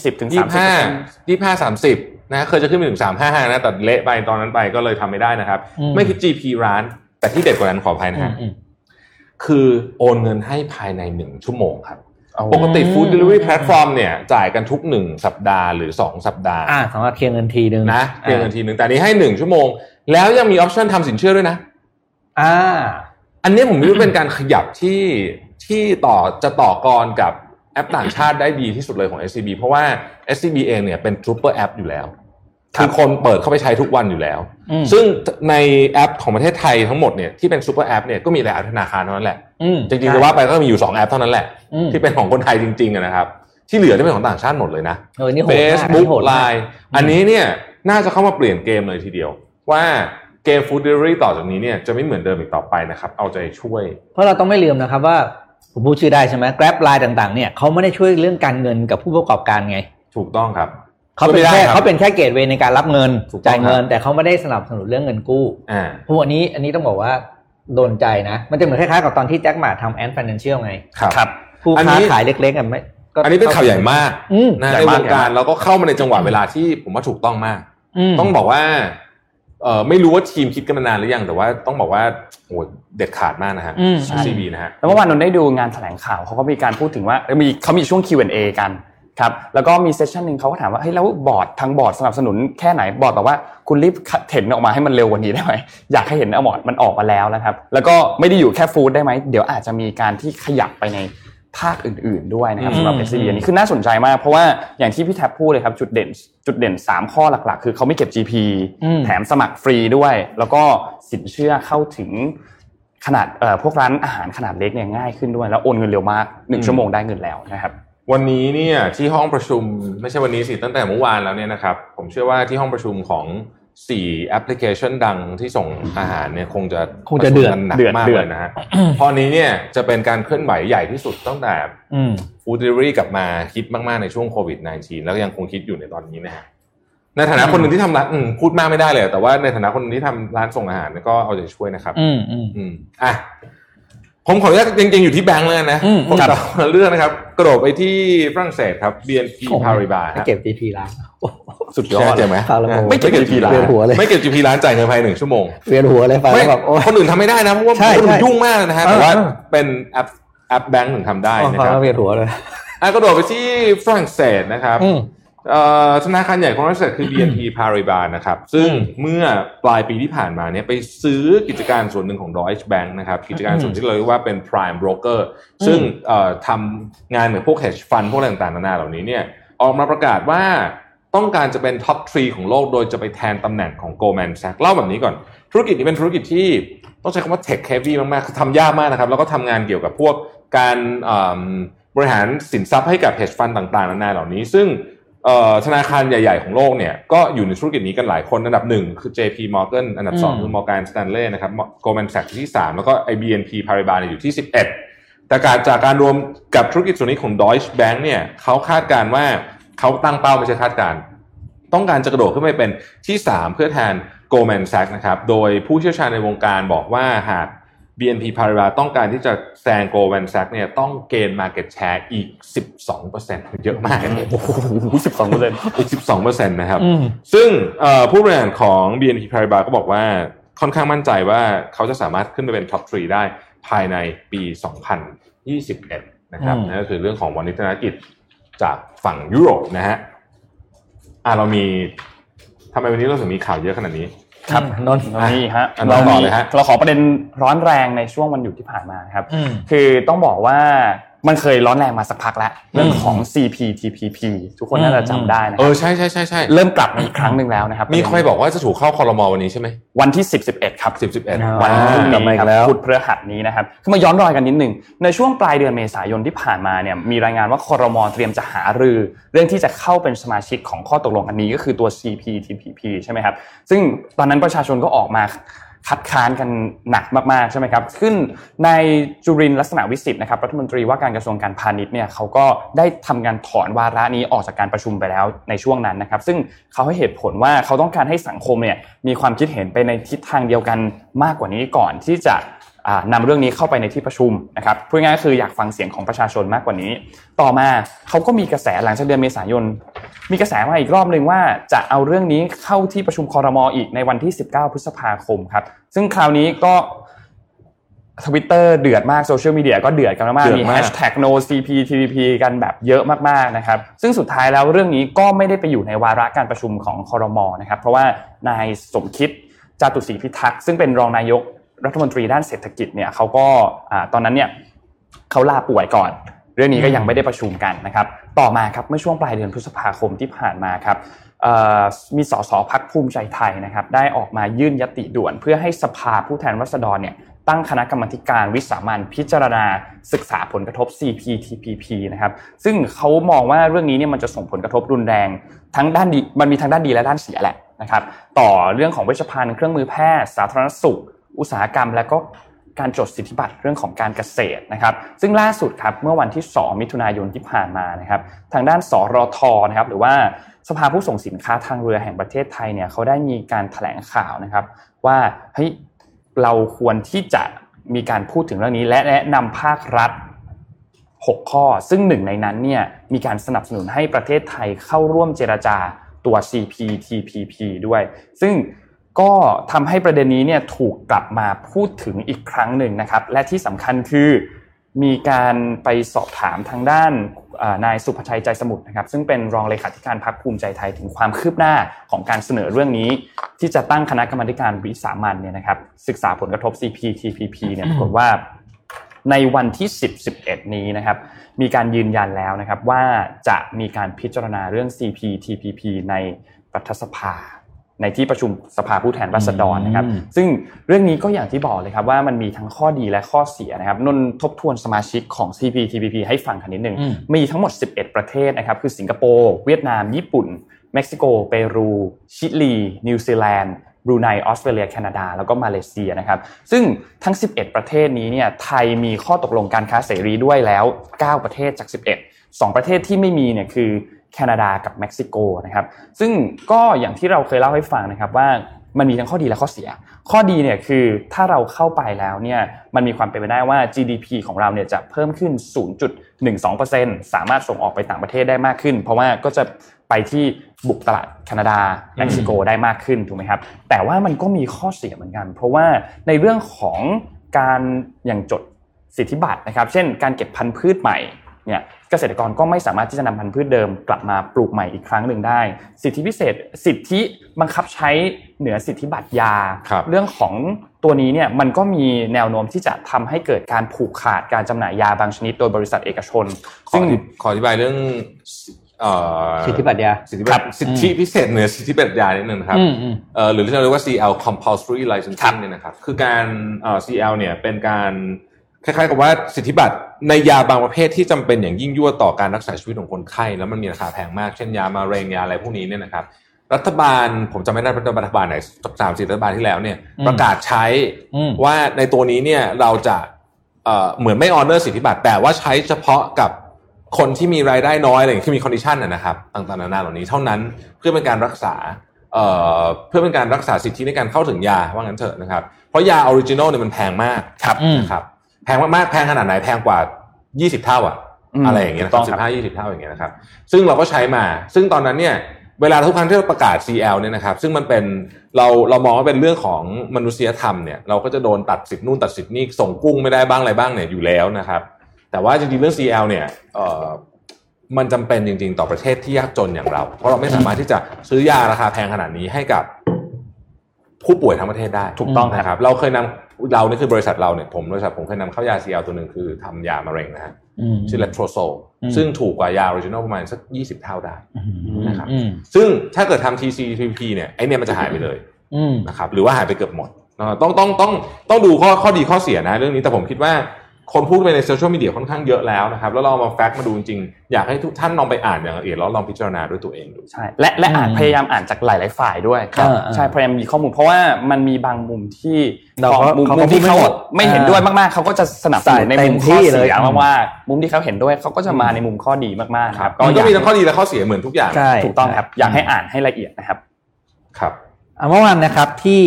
25-30นะเคยจะขึ้นไปถึง355นะแต่เละไปตอนนั้นไปก็เลยทำไม่ได้นะครับไม่คิด GP ล้านแต่ที่เด็ดกว่านั้นขออภัยนะฮะคือโอนเงินให้ภายใน1ชั่วโมงครับปกติ Food Delivery Platform เนี่ยจ่ายกันทุก1สัปดาห์หรือ2สัปดาห์สำหรับเคลียร์เงินทีนึงนะเคลียร์เงินทีนึงแต่นี้ให้1ชั่วโมงแล้วยังมีออปชั่นทำสินเชื่อด้วยนะอันนี้ผมคิดว่าเป็นการขยับที่ต่อกรกับแอปต่างชาติได้ดีที่สุดเลยของ SCB เพราะว่า SCB เองเนี่ยเป็นซูเปอร์แอปอยู่แล้วคือคนเปิดเข้าไปใช้ทุกวันอยู่แล้วซึ่งในแอปของประเทศไทยทั้งหมดเนี่ยที่เป็นซูเปอร์แอปเนี่ยก็มีแต่แอปธนาคารเท่านั้นแหละจริงๆจะว่าไปก็มีอยู่2แอปเท่านั้นแหละที่เป็นของคนไทยจริงๆนะครับที่เหลือที่เป็นของต่างชาติหมดเลยนะ Facebook Line อันนี้เนี่ยน่าจะเข้ามาเปลี่ยนเกมเลยทีเดียวว่าเกม Food Delivery ต่อจากนี้เนี่ยจะไม่เหมือนเดิมอีกต่อไปนะครับเอาใจช่วยเพราะเราต้องไม่ลืมนะครับว่าผมพูดชื่อได้ใช่ไหม Grab Line ต่างๆเนี่ยเขาไม่ได้ช่วยเรื่องการเงินกับผู้ประกอบการไงถูกต้องครับเขาเป็นแค่เกตเวย์ในการรับเงินจ่ายเงินแต่เขาไม่ได้สนับสนุนเรื่องเงินกู้พวกนี้อันนี้ต้องบอกว่าโดนใจนะมันจะเหมือนคล้ายๆกับตอนที่แจ็คหม่าทำแอนด์ฟินแลนเชียลไงครับผู้ค้าขายเล็กๆอ่ะไม่อันนี้เป็นข่าวใหญ่มากนะในวงการแล้วก็เข้ามาในจังหวะเวลาที่ผมว่าถูกต้องมากต้องบอกว่าไม่รู้ว่าทีมคิดกันมานานหรือยังแต่ว่าต้องบอกว่าโหเด็ดขาดมากนะฮะ CB นะฮะแล้วเมื่อวานนนได้ดูงานแถลงข่าวเขาก็มีการพูดถึงว่าเขามีช่วง Q&A กันครับแล้วก็มีเซสชั่นนึงเขาก็ถามว่าเฮ้ยแล้วทางบอร์ดสนับสนุนแค่ไหนบอร์ดบอกว่าคุณรีบเห็นออกมาให้มันเร็วกว่านี้ได้ไหมอยากให้เห็นบอร์ดมันออกมาแล้วนะครับแล้วก็ไม่ได้อยู่แค่ฟู้ดได้ไหมเดี๋ยวอาจจะมีการที่ขยับไปในภาคอื่นๆด้วยนะครับสำหรับ SCB อันนี้คือน่าสนใจมากเพราะว่าอย่างที่พี่แท็บพูดเลยครับจุดเด่น3ข้อหลักๆคือเขาไม่เก็บ GP แถมสมัครฟรีด้วยแล้วก็สินเชื่อเข้าถึงขนาดพวกร้านอาหารขนาดเล็กเนี่ยง่ายขึ้นด้วยแล้วโอนเงินเร็วมาก1ชั่วโมงได้เงินแล้วนะครับวันนี้เนี่ยที่ห้องประชุมไม่ใช่วันนี้สิตั้งแต่เมื่อวานแล้วเนี่ยนะครับผมเชื่อว่าที่ห้องประชุมของ4แอปพลิเคชันดังที่ส่งอาหารเนี่ยคงจะเดือดหนักมากเลยนะฮะพอนี้เนี่ยจะเป็นการเคลื่อนไหวใหญ่ที่สุดตั้งแต่ฟู้ดเดลิเวอรี่กลับมาฮิตมากๆในช่วงโควิด -19 แล้วยังคงคิดอยู่ในตอนนี้นะฮะในฐานะคนหนึ่งที่ทำร้านพูดมากไม่ได้เลยแต่ว่าในฐานะคนนึงที่ทำร้านส่งอาหารก็เอาใจช่วยนะครับอ่ะผมขออนุญาตจริงๆอยู่ที่แบงค์เลยนะผมต่อเรื่องนะครับกระโดดไปที่ฝรั่งเศสครับ BNP Paribas ไม่เก็บ GP ล้านสุดยอดใช่ไหมไม่เก็บ GP ล้านไม่เก็บ GP ล้านจ่ายเงินภายใน1ชั่วโมงเวียนหัวเลยฟังแบบคนอื่นทำไม่ได้นะเพราะว่าคนยุ่งมากนะฮะแต่ว่าเป็นแอปแบงค์ถึงทำได้นะครับเวียนหัวเลยกระโดดไปที่ฝรั่งเศสนะครับธนาคารใหญ่ของฝรั่งเศสคือ BNP Paribas นะครับซึ่งเมื่อปลายปีที่ผ่านมาเนี่ยไปซื้อกิจการส่วนหนึ่งของ Deutsche Bank นะครับกิจการส่วนที่เราเรียกว่าเป็น Prime Broker ซึ่งทำงานเหมือนพวก hedge fund พวกต่างๆนานาเหล่านี้เนี่ยออกมาประกาศว่าต้องการจะเป็น top 3 ของโลกโดยจะไปแทนตำแหน่งของ Goldman Sachs เล่าแบบนี้ก่อนธุรกิจนี้เป็นธุรกิจที่ต้องใช้คำว่า tech heavy มากๆคือทำยากมากนะครับแล้วก็ทำงานเกี่ยวกับพวกการบริหารสินทรัพย์ให้กับ hedge fund ต่างๆนานาเหล่านี้ซึ่งธนาคารใหญ่ๆของโลกเนี่ยก็อยู่ในธุรกิจนี้กันหลายคนอันดับ1คือ JP Morgan อันดับ2คือ Morgan Stanley นะครับ Goldman Sachs ที่3แล้วก็ BNP Paribas อยู่ที่11แต่จากการรวมกับธุรกิจส่วนนี้ของ Deutsche Bank เนี่ยเขาคาดการณ์ว่าเขาตั้งเป้าไม่ใช่คาดการณ์ต้องการจะกระโดดขึ้นไปเป็นที่3เพื่อแทน Goldman Sachs นะครับโดยผู้เชี่ยวชาญในวงการบอกว่าหาก BNP Paribas ต้องการที่จะแซง Goldman Sachs เนี่ยต้องเกณฑ์ market share อีก 12% เยอะมากโอ้โห 12% อีก 12% นะครับซึ่งผู้บริหารของ BNP Paribas ก็บอกว่าค่อนข้างมั่นใจว่าเขาจะสามารถขึ้นไปเป็น top 3 ได้ภายในปี 2021 นะครับนั่นก็คือเรื่องของวณิชนากิจจากฝั่งยุโรปนะฮะเรามีทำไมวันนี้เราถึงมีข่าวเยอะขนาดนี้ครับนนท์นี่ฮะเราขอประเด็นร้อนแรงในช่วงวันหยุดที่ผ่านมาครับคือต้องบอกว่ามันเคยร้อนแรงมาสักพักแล้วเรื่องของ CPTPP ทุกคนน่าจะจำได้นะใช่เริ่มกลับมาอีกครั้งนึงแล้วนะครับมีใครบอกว่าจะถูกเข้าครม.วันนี้ใช่ไหมวันที่10-11ครับ 10-11 วันพรุ่งนี้ครับพุธพฤหัสนี้นะครับคือมาย้อนรอยกันนิดนึงในช่วงปลายเดือนเมษายนที่ผ่านมาเนี่ยมีรายงานว่าครม.เตรียมจะหารือเรื่องที่จะเข้าเป็นสมาชิกของข้อตกลงอันนี้ก็คือตัว CPTPP ใช่ไหมครับซึ่งตอนนั้นประชาชนก็ออกมาคัดค้านกันหนักมากๆใช่ไหมครับขึ้นในจุรินทร์ลักษณะวิสิทธิ์นะครับรัฐมนตรีว่าการกระทรวงการพาณิชย์เนี่ยเขาก็ได้ทำการถอนวาระนี้ออกจากการประชุมไปแล้วในช่วงนั้นนะครับซึ่งเขาให้เหตุผลว่าเขาต้องการให้สังคมเนี่ยมีความคิดเห็นไปในทิศทางเดียวกันมากกว่านี้ก่อนที่จะนำเรื่องนี้เข้าไปในที่ประชุมนะครับพูดง่ายๆคืออยากฟังเสียงของประชาชนมากกว่านี้ต่อมาเขาก็มีกระแสหลังจากเดือนเมษายนมีกระแสมาอีกรอบนึงว่าจะเอาเรื่องนี้เข้าที่ประชุมครม.อีกในวันที่19พฤษภาคมครับซึ่งคราวนี้ก็ Twitter เดือดมากโซเชียลมีเดียก็เดือดกันมากมี #NoCPTPP กันแบบเยอะมากๆนะครับซึ่งสุดท้ายแล้วเรื่องนี้ก็ไม่ได้ไปอยู่ในวาระการประชุมของครม.นะครับเพราะว่านายสมคิดจาตุศรีพิทักษ์ซึ่งเป็นรองนายกรัฐมนตรีด้านเศรษฐกิจเนี่ยเขาก็ตอนนั้นเนี่ยเขาลาป่วยก่อนเรื่องนี้ก็ยังไม่ได้ประชุมกันนะครับต่อมาครับเมื่อช่วงปลายเดือนพฤษภาคมที่ผ่านมาครับมีสสพรรคภูมิใจไทยนะครับได้ออกมายื่นญัตติด่วนเพื่อให้สภาผู้แทนราษฎรเนี่ยตั้งคณะกรรมาการวิสามัญพิจารณาศึกษาผลกระทบ CPTPP นะครับซึ่งเขามองว่าเรื่องนี้เนี่ยมันจะส่งผลกระทบรุนแรงทั้งด้านดีมันมีทั้งด้านดีและด้านเสียแหละนะครับต่อเรื่องของเวชภัณฑ์เครื่องมือแพทย์สาธารณสุขอุตสาหกรรมและก็การจดสิทธิบัตรเรื่องของการเกษตรนะครับซึ่งล่าสุดครับเมื่อวันที่2มิถุนายนที่ผ่านมานะครับทางด้านสรท.นะครับหรือว่าสภาผู้ส่งสินค้าทางเรือแห่งประเทศไทยเนี่ยเขาได้มีการแถลงข่าวนะครับว่าเฮ้ยเราควรที่จะมีการพูดถึงเรื่องนี้และแนะนำภาครัฐ6ข้อซึ่งหนึ่งในนั้นเนี่ยมีการสนับสนุนให้ประเทศไทยเข้าร่วมเจรจาตัว CPTPP ด้วยซึ่งก็ทำให้ประเด็นนี้เนี่ยถูกกลับมาพูดถึงอีกครั้งหนึ่งนะครับและที่สำคัญคือมีการไปสอบถามทางด้านนายสุภชัยใจสมุทรนะครับซึ่งเป็นรองเลขาธิการพรรคภูมิใจไทยถึงความคืบหน้าของการเสนอเรื่องนี้ที่จะตั้งคณะกรรมาการวิสามัญเนี่ยนะครับศึกษาผลกระทบ CPTPP เนี่ยปรากฏว่าในวันที่10-11นี้นะครับมีการยืนยันแล้วนะครับว่าจะมีการพิจารณาเรื่อง CPTPP ในรัฐสภาในที่ประชุมสภาผู้แทนราษฎรนะครับซึ่งเรื่องนี้ก็อย่างที่บอกเลยครับว่ามันมีทั้งข้อดีและข้อเสียนะครับนนทบทวนสมาชิกของ CPTPP ให้ฟังกันนิดนึงมีทั้งหมด11ประเทศนะครับคือสิงคโปร์เวียดนามญี่ปุ่นเม็กซิโกเปรูชิลีนิวซีแลนด์บรูไนออสเตรเลียแคนาดาแล้วก็มาเลเซียนะครับซึ่งทั้ง11ประเทศนี้เนี่ยไทยมีข้อตกลงการค้าเสรีด้วยแล้ว9ประเทศจาก11 2ประเทศที่ไม่มีเนี่ยคือแคนาดากับเม็กซิโกนะครับซึ่งก็อย่างที่เราเคยเล่าให้ฟังนะครับว่ามันมีทั้งข้อดีและข้อเสียข้อดีเนี่ยคือถ้าเราเข้าไปแล้วเนี่ยมันมีความเป็นไปได้ว่า GDP ของเราเนี่ยจะเพิ่มขึ้น 0.12% สามารถส่งออกไปต่างประเทศได้มากขึ้นเพราะว่าก็จะไปที่บุกตลาดแคนาดาเม็กซิโกได้มากขึ้นถูกไหมครับแต่ว่ามันก็มีข้อเสียเหมือนกันเพราะว่าในเรื่องของการอย่างจดสิทธิบัตรนะครับเช่นการเก็บพันธุ์พืชใหม่เนี่ยเกษตรกรก็ไม่สามารถที่จะนำพันธุ์พืชเดิมกลับมาปลูกใหม่อีกครั้งหนึ่งได้สิทธิพิเศษสิทธิบังคับใช้เหนือสิทธิบัตรยาเรื่องของตัวนี้เนี่ยมันก็มีแนวโน้มที่จะทำให้เกิดการผูกขาดการจำหน่ายยาบางชนิดโดยบริษัทเอกชนซึ่งขออธิบายเรื่องสิทธิบัตรยาสิทธิพิเศษเหนือสิทธิบัตรยานิดนึงครับหรือที่เราเรียกว่า CL compulsory licensing เนี่ยนะครับคือการ CL เนี่ยเป็นการคล้ายๆกับว่าสิทธิบัตรในยาบางประเภทที่จำเป็นอย่างยิ่งยวดต่อการรักษาชีวิตของคนไข้แล้วมันมีราคาแพงมากเช่นยามะเร็งยาอะไรพวกนี้เนี่ยนะครับรัฐบาลผมจำไม่ได้รัฐบาลไหน3-4รัฐบาลที่แล้วเนี่ยประกาศใช้ว่าในตัวนี้เนี่ยเราจะเหมือนไม่ออเนอร์สิทธิบัตรแต่ว่าใช้เฉพาะกับคนที่มีรายได้น้อยอะไรที่มีคอนดิชันนะครับต่างๆนานาเหล่านี้เท่านั้นเพื่อเป็นการรักษาเพื่อเป็นการรักษาสิทธิในการเข้าถึงยาว่างั้นเถอะนะครับเพราะยาออริจินอลเนี่ยมันแพงมากนะครับแพงมากๆแพงขนาดไหนแพงกว่า20เท่าอะไรอย่างเงี้ยนะครับ15-20เท่าอย่างเงี้ยนะครับซึ่งเราก็ใช้มาซึ่งตอนนั้นเนี่ยเวลาทุกครั้งที่เราประกาศ CL เนี่ยนะครับซึ่งมันเป็นเรามองว่าเป็นเรื่องของมนุษยธรรมเนี่ยเราก็จะโดนตัดสิทธิ์นู่นตัดสิทธิ์นี่ส่งกุ้งไม่ได้บ้างอะไรบ้างเนี่ยอยู่แล้วนะครับแต่ว่าจริงๆเรื่อง CL เนี่ยมันจำเป็นจริงๆต่อประเทศที่ยากจนอย่างเราเพราะเราไม่สามารถที่จะซื้อยาราคาแพงขนาดนี้ให้กับผู้ป่วยทั้งประเทศได้ถูกต้องนะครับเราเคยนำเรานี่คือบริษัทเราเนี่ยบริษัทผมเคยนำเข้ายา CL ตัวหนึ่งคือทำยามะเร็งนะฮะชื่อ Letrozole ซึ่งถูกกว่ายาออริจินอลประมาณสัก20เท่าได้นะครับซึ่งถ้าเกิดทำ TCPP เนี่ยไอเนี่ยมันจะหายไปเลยนะครับหรือว่าหายไปเกือบหมดต้องดูข้อดีข้อเสียนะเรื่องนี้แต่ผมคิดว่าคนพูดไปในโซเชียลมีเดียค่อนข้างเยอะแล้วนะครับแล้วเรามาแฟกต์มาดูจริงๆอยากให้ทุกท่านลองไปอ่านอย่างละเอียดแล้วลองพิจารณาด้วยตัวเองดูใช่และอ่านพยายามอ่านจากหลายๆฝ่ายด้วยใช่พยายามมีข้อมูลเพราะว่ามันมีบางมุมที่มุมที่เขาไม่เห็นด้วยมากๆเขาก็จะสนับสนุนในมุมข้อเสียมากๆมุมที่เขาเห็นด้วยเขาก็จะมาในมุมข้อดีมากๆครับก็มีทั้งข้อดีและข้อเสียเหมือนทุกอย่างถูกต้องครับอยากให้อ่านให้ละเอียดนะครับครับเมื่อวานนะครับที่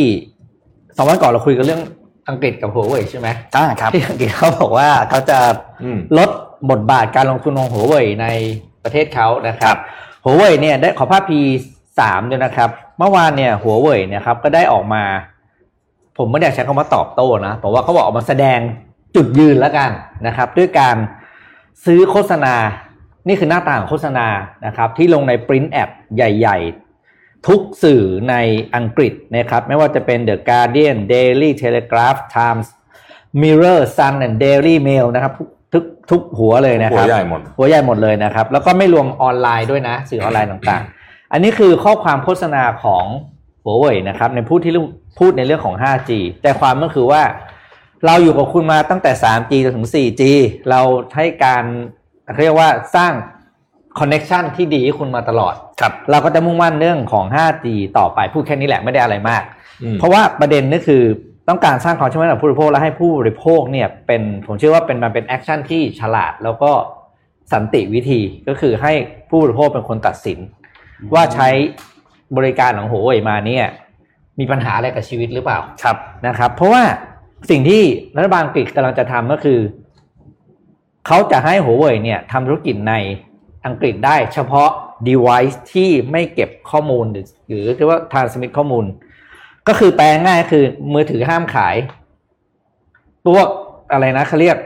2 วันก่อนเราคุยกันเรื่องอังกฤษกับหัวเว่ยใช่ไหมครับที่อังกฤษเขาบอกว่าเขาจะลดบทบาทการลงทุนของหัวเว่ยในประเทศเขานะครับหัวเว่ยเนี่ยได้ขอภาพ P3 ด้วยนะครับเมื่อวานเนี่ยหัวเว่ยเนี่ยครับก็ได้ออกมาผมไม่ได้ใช้คำว่าตอบโต้นะเพราะว่าเขาบอกออกมาแสดงจุดยืนแล้วกันนะครับด้วยการซื้อโฆษณานี่คือหน้าตาของโฆษณานะครับที่ลงใน print ad ใหญ่ๆทุกสื่อในอังกฤษนะครับไม่ว่าจะเป็น The Guardian Daily Telegraph Times Mirror Sun and Daily Mail นะครับทุกหัวเลยนะครับหัวใหญ่หมดเลยนะครับแล้วก็ไม่รวมออนไลน์ด้วยนะสื่อออนไลน์ต่างๆอันนี้คือข้อความโฆษณาของหัวเว่ยนะครับในพูดในเรื่องของ 5G แต่ความก็คือว่าเราอยู่กับคุณมาตั้งแต่ 3G จนถึง 4G เราให้การเรียกว่าสร้างคอนเนคชั่นที่ดีให้คุณมาตลอดเราก็จะมุ่งมั่นเรื่องของ 5G ต่อไปพูดแค่นี้แหละไม่ได้อะไรมากเพราะว่าประเด็นนี่คือต้องการสร้างความเชื่อมั่นกับผู้บริโภคและให้ผู้บริโภคเนี่ยเป็นผมเชื่อว่ามันเป็นแอคชั่นที่ฉลาดแล้วก็สันติวิธีก็คือให้ผู้บริโภคเป็นคนตัดสินว่าใช้บริการของหัวเว่ยมาเนี่ยมีปัญหาอะไรกับชีวิตหรือเปล่านะครับเพราะว่าสิ่งที่รัฐบาลอังกฤษกำลังจะทำก็คือเขาจะให้หัวเว่ยเนี่ยทำธุรกิจในอังกฤษได้เฉพาะ device ที่ไม่เก็บข้อมูลหรือเรียกว่า transmit ข้อมูลก็คือแปลง่ายคือมือถือห้ามขายพวกอะไรนะเขาเรียก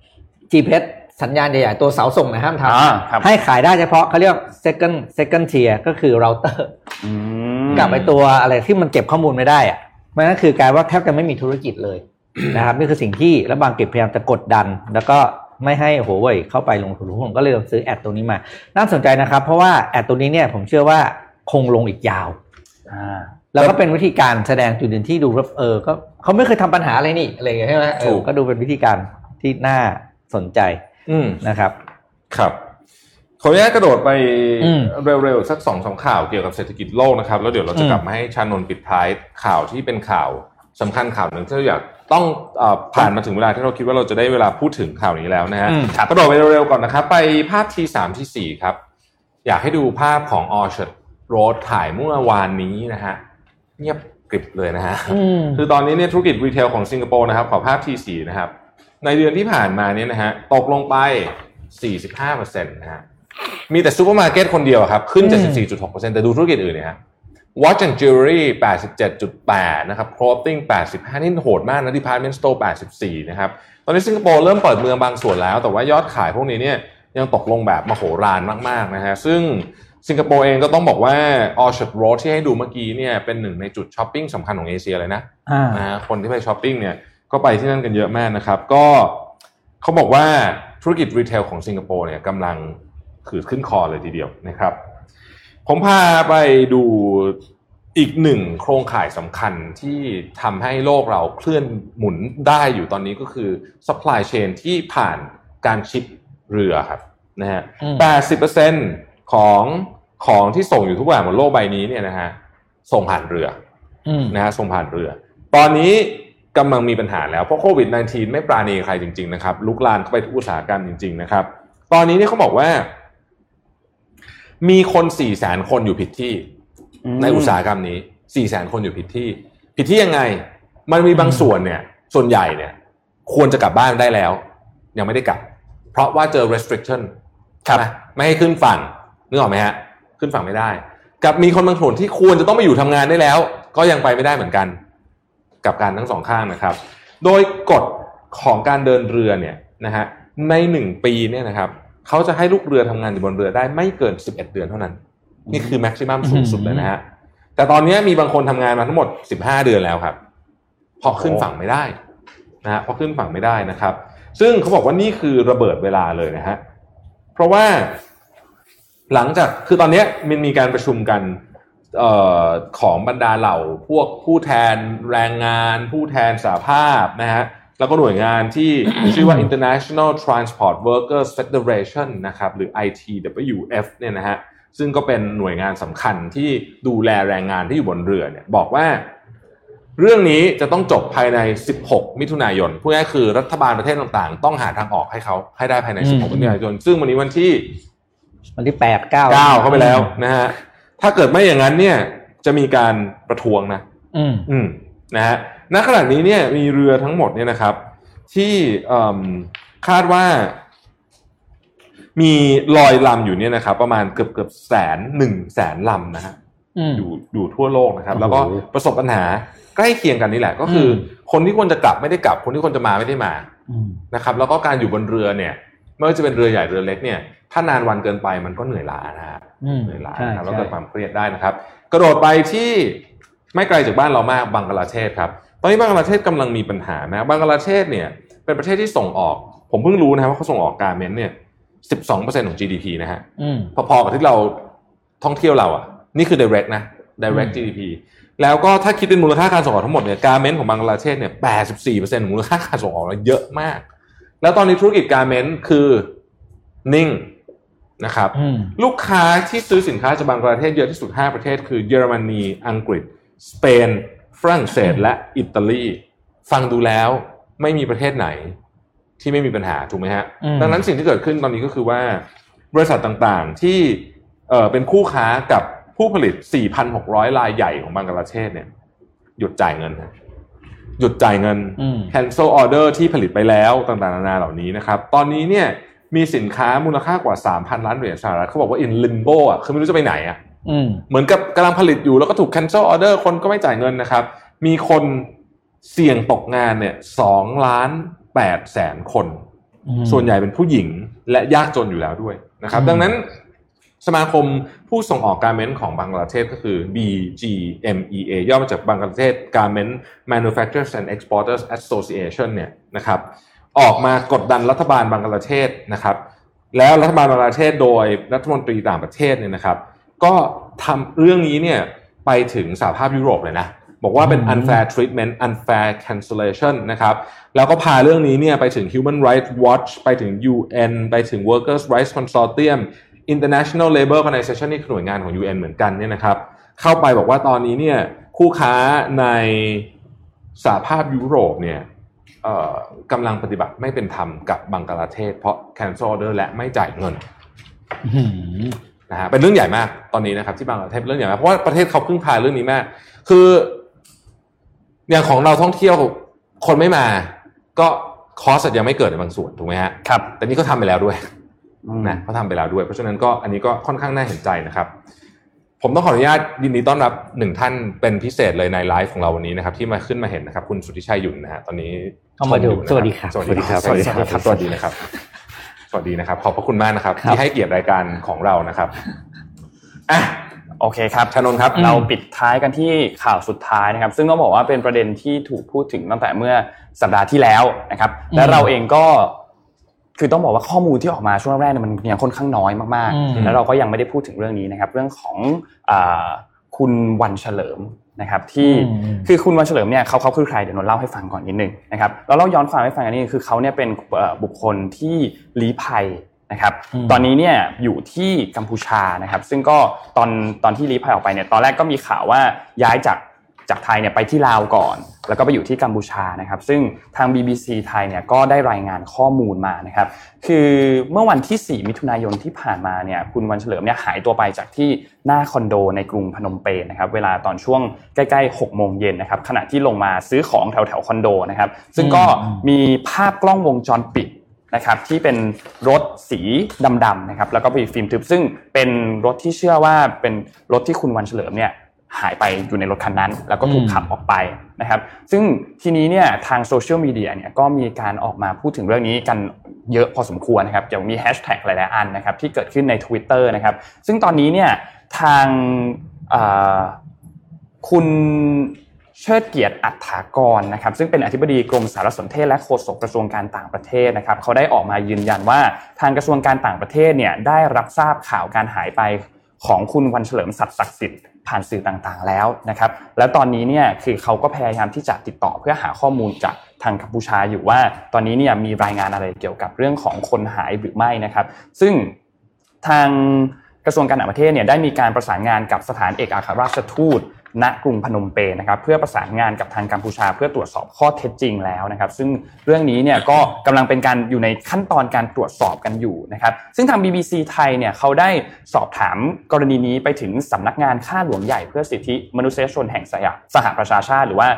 GPS สัญญาณใหญ่ๆตัวเสาส่งนะห้ามทำให้ขายได้เฉพาะเขาเรียก second tier ก็คือเราเตอร์กับไอตัวอะไรที่มันเก็บข้อมูลไม่ได้อะมันก็คือการว่าแทบจะไม่มีธุรกิจเลยนะครับนี่คือสิ่งที่รัฐบาลอังกฤษพยายามจะกดดันแล้วก็ไม่ให้หัวเว่ยเข้าไปลงทุนผมก็เลยซื้อแอดตัวนี้มาน่าสนใจนะครับเพราะว่าแอดตัวนี้เนี่ยผมเชื่อว่าคงลงอีกยาวแล้วก็เป็นวิธีการแสดงจุดเด่นที่ดูก็เขาไม่เคยทำปัญหาอะไรนี่อะไรอย่างเงี้ยใช่ไหมก็ดูเป็นวิธีการที่น่าสนใจนะครับครับขออนุญาตกระโดดไปเร็วๆสัก 2-3 ข่าวเกี่ยวกับเศรษฐกิจโลกนะครับแล้วเดี๋ยวเราจะกลับมาให้ชานนท์ปิดท้ายข่าวที่เป็นข่าวสำคัญข่าวหนึ่งที่เราอยากต้องผ่านมาถึงเวลาที่เราคิดว่าเราจะได้เวลาพูดถึงข่าวนี้แล้วนะฮะกระโดดไปเร็วๆก่อนนะครับไปภาพที่3ที่4ครับอยากให้ดูภาพของ Orchard Road ถ่ายเมื่อวานนี้นะฮะเงียบกริบเลยนะฮะคือตอนนี้เนี่ยธุรกิจรีเทลของสิงคโปร์นะครับขอภาพที่4นะครับในเดือนที่ผ่านมาเนี่ยนะฮะตกลงไป 45% นะฮะมีแต่ซูเปอร์มาร์เก็ตคนเดียวครับขึ้น 74.6% แต่ดูธุรกิจอื่นเนี่ยฮะ Watch and Jewelry 87.8 นะครับ Clothing 85นี่โหดมากนะ Department Store 84นะครับตอนนี้สิงคโปร์เริ่มเปิดเมืองบางส่วนแล้วแต่ว่ายอดขายพวกนี้เนี่ยยังตกลงแบบมโหฬารมากๆนะฮะซึ่งสิงคโปร์เองก็ต้องบอกว่า Orchard Road ที่ให้ดูเมื่อกี้เนี่ยเป็นหนึ่งในจุดช้อปปิ้งสำคัญของเอเชียเลยนะคนที่ไปช้อปปิ้งเนี่ยก็ไปที่นั่นกันเยอะมากนะครับก็เขาบอกว่าธุรกิจรีเทลของสิงคโปร์เนี่ยกำลังขืดขึ้นคอเลยทีเดียวนะครับผมพาไปดูอีกหนึ่งโครงข่ายสำคัญที่ทำให้โลกเราเคลื่อนหมุนได้อยู่ตอนนี้ก็คือ supply chain ที่ผ่านการชิปเรือครับนะฮะ 80% ของที่ส่งอยู่ทุกอย่างบนโลกใบนี้เนี่ยนะฮะส่งผ่านเรือนะฮะส่งผ่านเรือตอนนี้กำลังมีปัญหาแล้วเพราะโควิด -19 ไม่ปราณีใครจริงๆนะครับลุกลามเข้าไปทุกอุตสาหกรรมจริงๆนะครับตอนนี้เนี่ยเขาบอกว่ามีคน 400,000 คนอยู่ผิดที่ในอุตสาหกรรมนี้ 400,000 คนอยู่ผิดที่ยังไงมันมีบางส่วนเนี่ยส่วนใหญ่เนี่ยควรจะกลับบ้านได้แล้วยังไม่ได้กลับเพราะว่าเจอ restriction นะไม่ให้ขึ้นฝั่งนึกออกไหมฮะขึ้นฝั่งไม่ได้กับมีคนบางส่วนที่ควรจะต้องไปอยู่ทำงานได้แล้วก็ยังไปไม่ได้เหมือนกันกับการทั้งสองข้างนะครับโดยกฎของการเดินเรือเนี่ยนะฮะใน1ปีเนี่ยนะครับเขาจะให้ลูกเรือทำงานอยู่บนเรือได้ไม่เกิน11เดือนเท่านั้นนี่คือแม็กซิมัมสูงสุดเลยนะฮะแต่ตอนนี้มีบางคนทำงานมาทั้งหมด15เดือนแล้วครับพอขึ้นฝั่งไม่ได้นะฮะพอขึ้นฝั่งไม่ได้นะครับซึ่งเขาบอกว่านี่คือระเบิดเวลาเลยนะฮะเพราะว่าหลังจากคือตอนนี้มันมีการประชุมกันของบรรดาเหล่าพวกผู้แทนแรงงานผู้แทนสหภาพนะฮะแล้วก็หน่วยงานที่ชื่อว่า International Transport Workers Federation นะครับหรือ ITWF เนี่ยนะฮะซึ่งก็เป็นหน่วยงานสำคัญที่ดูแลแรงงานที่อยู่บนเรือเนี่ยบอกว่าเรื่องนี้จะต้องจบภายใน16มิถุนายนพูดง่ายๆคือรัฐบาลประเทศต่างๆต้องหาทางออกให้เขาให้ได้ภายใน16มิถุนายนซึ่งวันนี้วันที่ 8 9 เข้าไปแล้วนะฮะถ้าเกิดไม่อย่างนั้นเนี่ยจะมีการประท้วงนะนะฮะณขณะนี้เนี่ยมีเรือทั้งหมดเนี่ยนะครับที่คาดว่ามีลอยลำอยู่เนี่ยนะครับประมาณเกือบ100,000 ลำนะฮะอยู่ทั่วโลกนะครับแล้วก็ประสบปัญหาใกล้เคียงกันนี่แหละก็คือคนที่ควรจะกลับไม่ได้กลับคนที่ควรจะมาไม่ได้มานะครับแล้วก็การอยู่บนเรือเนี่ยไม่ว่าจะเป็นเรือใหญ่เรือเล็กเนี่ยถ้านานวันเกินไปมันก็เหนื่อยล้านะฮะเหนื่อยล้าแล้วเกิดความเครียดได้นะครับกระโดดไปที่ไม่ไกลจากบ้านเรามากบังกลาเทศครับตอนนี้บังกลาเทศกำลังมีปัญหานะบังกลาเทศเนี่ยเป็นประเทศที่ส่งออกผมเพิ่งรู้นะครับว่าเขาส่งออกการ์เมนต์เนี่ย 12% ของ GDP นะฮะพอๆกับที่เราท่องเที่ยวเราอ่ะนี่คือ direct นะ direct GDP แล้วก็ถ้าคิดเป็นมูลค่าการส่งออกทั้งหมดเนี่ยการ์เมนต์ของบังกลาเทศเนี่ย 84% ของมูลค่าการส่งออกแล้วเยอะมากแล้วตอนนี้ธุรกิจการ์เมนต์คือนิ่งนะครับลูกค้าที่ซื้อสินค้าจากบังกลาเทศเยอะที่สุด5ประเทศคือเยอรมนีอังกฤษสเปนฝรั่งเศสและอิตาลีฟังดูแล้วไม่มีประเทศไหนที่ไม่มีปัญหาถูกไหมฮะดังนั้นสิ่งที่เกิดขึ้นตอนนี้ก็คือว่าบริษัทต่างๆที่เป็นคู่ค้ากับผู้ผลิต 4,600 รายใหญ่ของบังกลาเทศเนี่ยหยุดจ่ายเงินหยุดจ่ายเงิน cancel order ที่ผลิตไปแล้วต่างๆนานาเหล่านี้นะครับตอนนี้เนี่ยมีสินค้ามูลค่ากว่า 3,000 ล้านเหรียญสหรัฐเขาบอกว่า in limbo อ่ะคือไม่รู้จะไปไหนอ่ะเหมือนกับกำลังผลิตอยู่แล้วก็ถูก cancel order คนก็ไม่จ่ายเงินนะครับมีคนเสี่ยงตกงานเนี่ย 2,800,000 คนส่วนใหญ่เป็นผู้หญิงและยากจนอยู่แล้วด้วยนะครับดังนั้นสมาคมผู้ส่งออกการ์เมนต์ของบังกลาเทศก็คือ BGMEA ย่อมาจากบังกลาเทศ Garment Manufacturers and Exporters Association เนี่ยนะครับออกมากดดันรัฐบาลบังกลาเทศนะครับแล้วรัฐบาลบังกลาเทศโดยรัฐมนตรีต่างประเทศเนี่ยนะครับก็ทำเรื่องนี้เนี่ยไปถึงสหภาพยุโรปเลยนะบอกว่าเป็น unfair treatment unfair cancellation นะครับแล้วก็พาเรื่องนี้เนี่ยไปถึง Human Rights Watch ไปถึง UN ไปถึง Workers' Rights Consortium International Labour Organization นี่คือหน่วยงานของ UN เหมือนกันเนี่ยนะครับเข้าไปบอกว่าตอนนี้เนี่ยคู่ค้าในสหภาพยุโรปเนี่ยกำลังปฏิบัติไม่เป็นธรรมกับบังกลาเทศเพราะ cancel order และไม่จ่ายเงินนะฮะเป็นเรื่องใหญ่มากตอนนี้นะครับที่บังกลาเทศเป็นเรื่องใหญ่มากเพราะว่าประเทศเขาพึ่งพาเรื่องนี้มากคืออย่างของเราท่องเที่ยวคนไม่มาก็คอสยังไม่เกิดในบางส่วนถูกไหมฮะครับแต่นี่เขาทำไปแล้วด้วยนะเขาทำไปแล้วด้วยเพราะฉะนั้นก็อันนี้ก็ค่อนข้างน่าเห็นใจนะครับผมต้องขออนุญาตยินดีต้อนรับ1ท่านเป็นพิเศษเลยในไลฟ์ของเราวันนี้นะครับที่มาขึ้นมาเห็นนะครับคุณสุทธิชัยหยุ่นนะฮะตอนนี้เข้ามาดูสวัสดีครับสวัสดีครับสวัสดีครับสวัสดีนะครับสวัสดีนะครับขอบพระคุณมากนะครับที่ให้เกียรติรายการของเรานะครับอ่ะโอเคครับชนนท์ครับเราปิดท้ายกันที่ข่าวสุดท้ายนะครับซึ่งต้องบอกว่าเป็นประเด็นที่ถูกพูดถึงตั้งแต่เมื่อสัปดาห์ที่แล้วนะครับและเราเองก็คือต้องบอกว่าข้อมูลที่ออกมาช่วงแรกเนี่ยมันยังค่อนข้างน้อยมากๆแล้วเราก็ยังไม่ได้พูดถึงเรื่องนี้นะครับเรื่องของคุณวันเฉลิมนะครับที่คือคุณวันเฉลิมเนี่ยเขาคือใครเดี๋ยวนนท์เล่าให้ฟังก่อนนิดนึงนะครับแล้วเราย้อนความให้ฟังกันนี่คือเขาเนี่ยเป็นบุคคลที่ลี้ภัยนะครับตอนนี้เนี่ยอยู่ที่กัมพูชานะครับซึ่งก็ตอนที่ลี้ภัยออกไปเนี่ยตอนแรกก็มีข่าวว่าย้ายจากไทยเนี่ยไปที่ลาวก่อนแล้วก็ไปอยู่ที่กัมพูชานะครับซึ่งทาง BBC ไทยเนี่ยก็ได้รายงานข้อมูลมานะครับคือเมื่อวันที่4มิถุนายนที่ผ่านมาเนี่ยคุณวันเฉลิมเนี่ยหายตัวไปจากที่หน้าคอนโดในกรุงพนมเปญนะครับเวลาตอนช่วงใกล้ๆ 6 โมงเย็นนะครับขณะที่ลงมาซื้อของแถวๆคอนโดนะครับซึ่งก็มีภาพกล้องวงจรปิดนะครับที่เป็นรถสีดำๆนะครับแล้วก็มีฟิล์มทึบซึ่งเป็นรถที่เชื่อว่าเป็นรถที่คุณวันเฉลิมเนี่ยหายไปอยู่ในรถคันนั้นแล้วก็ถูกขับออกไปนะครับซึ่งทีนี้เนี่ยทางโซเชียลมีเดียเนี่ยก็มีการออกมาพูดถึงเรื่องนี้กันเยอะพอสมควรนะครับเดี๋ยวมีแฮชแท็กหลายๆอันนะครับที่เกิดขึ้นใน Twitter นะครับซึ่งตอนนี้เนี่ยทางคุณเชิดเกียรติอัฏฐากรนะครับซึ่งเป็นอธิบดีกรมสารสนเทศและโฆษกกระทรวงการต่างประเทศนะครับเขาได้ออกมายืนยันว่าทางกระทรวงการต่างประเทศเนี่ยได้รับทราบข่าวการหายไปของคุณวันเฉลิมศักดิ์สิทธิ์ผ่านสื่อต่างๆแล้วนะครับและตอนนี้เนี่ยคือเขาก็พยายามที่จะติดต่อเพื่อหาข้อมูลจากทางกัมพูชาอยู่ว่าตอนนี้เนี่ยมีรายงานอะไรเกี่ยวกับเรื่องของคนหายหรือไม่นะครับซึ่งทางกระทรวงการต่างประเทศเนี่ยได้มีการประสานงานกับสถานเอกอัครราชทูตณกรุงพนมเปญนะครับเพื่อประสานงานกับทางกัมพูชาเพื่อตรวจสอบข้อเท็จจริงแล้วนะครับซึ่งเรื่องนี้เนี่ยก็กำลังเป็นการอยู่ในขั้นตอนการตรวจสอบกันอยู่นะครับซึ่งทาง BBC ไทยเนี่ยเขาได้สอบถามกรณีนี้ไปถึงสำนักงานข้าหลวงใหญ่เพื่อสิทธิมนุษยชนแห่งสหประชาชาติหรือว่า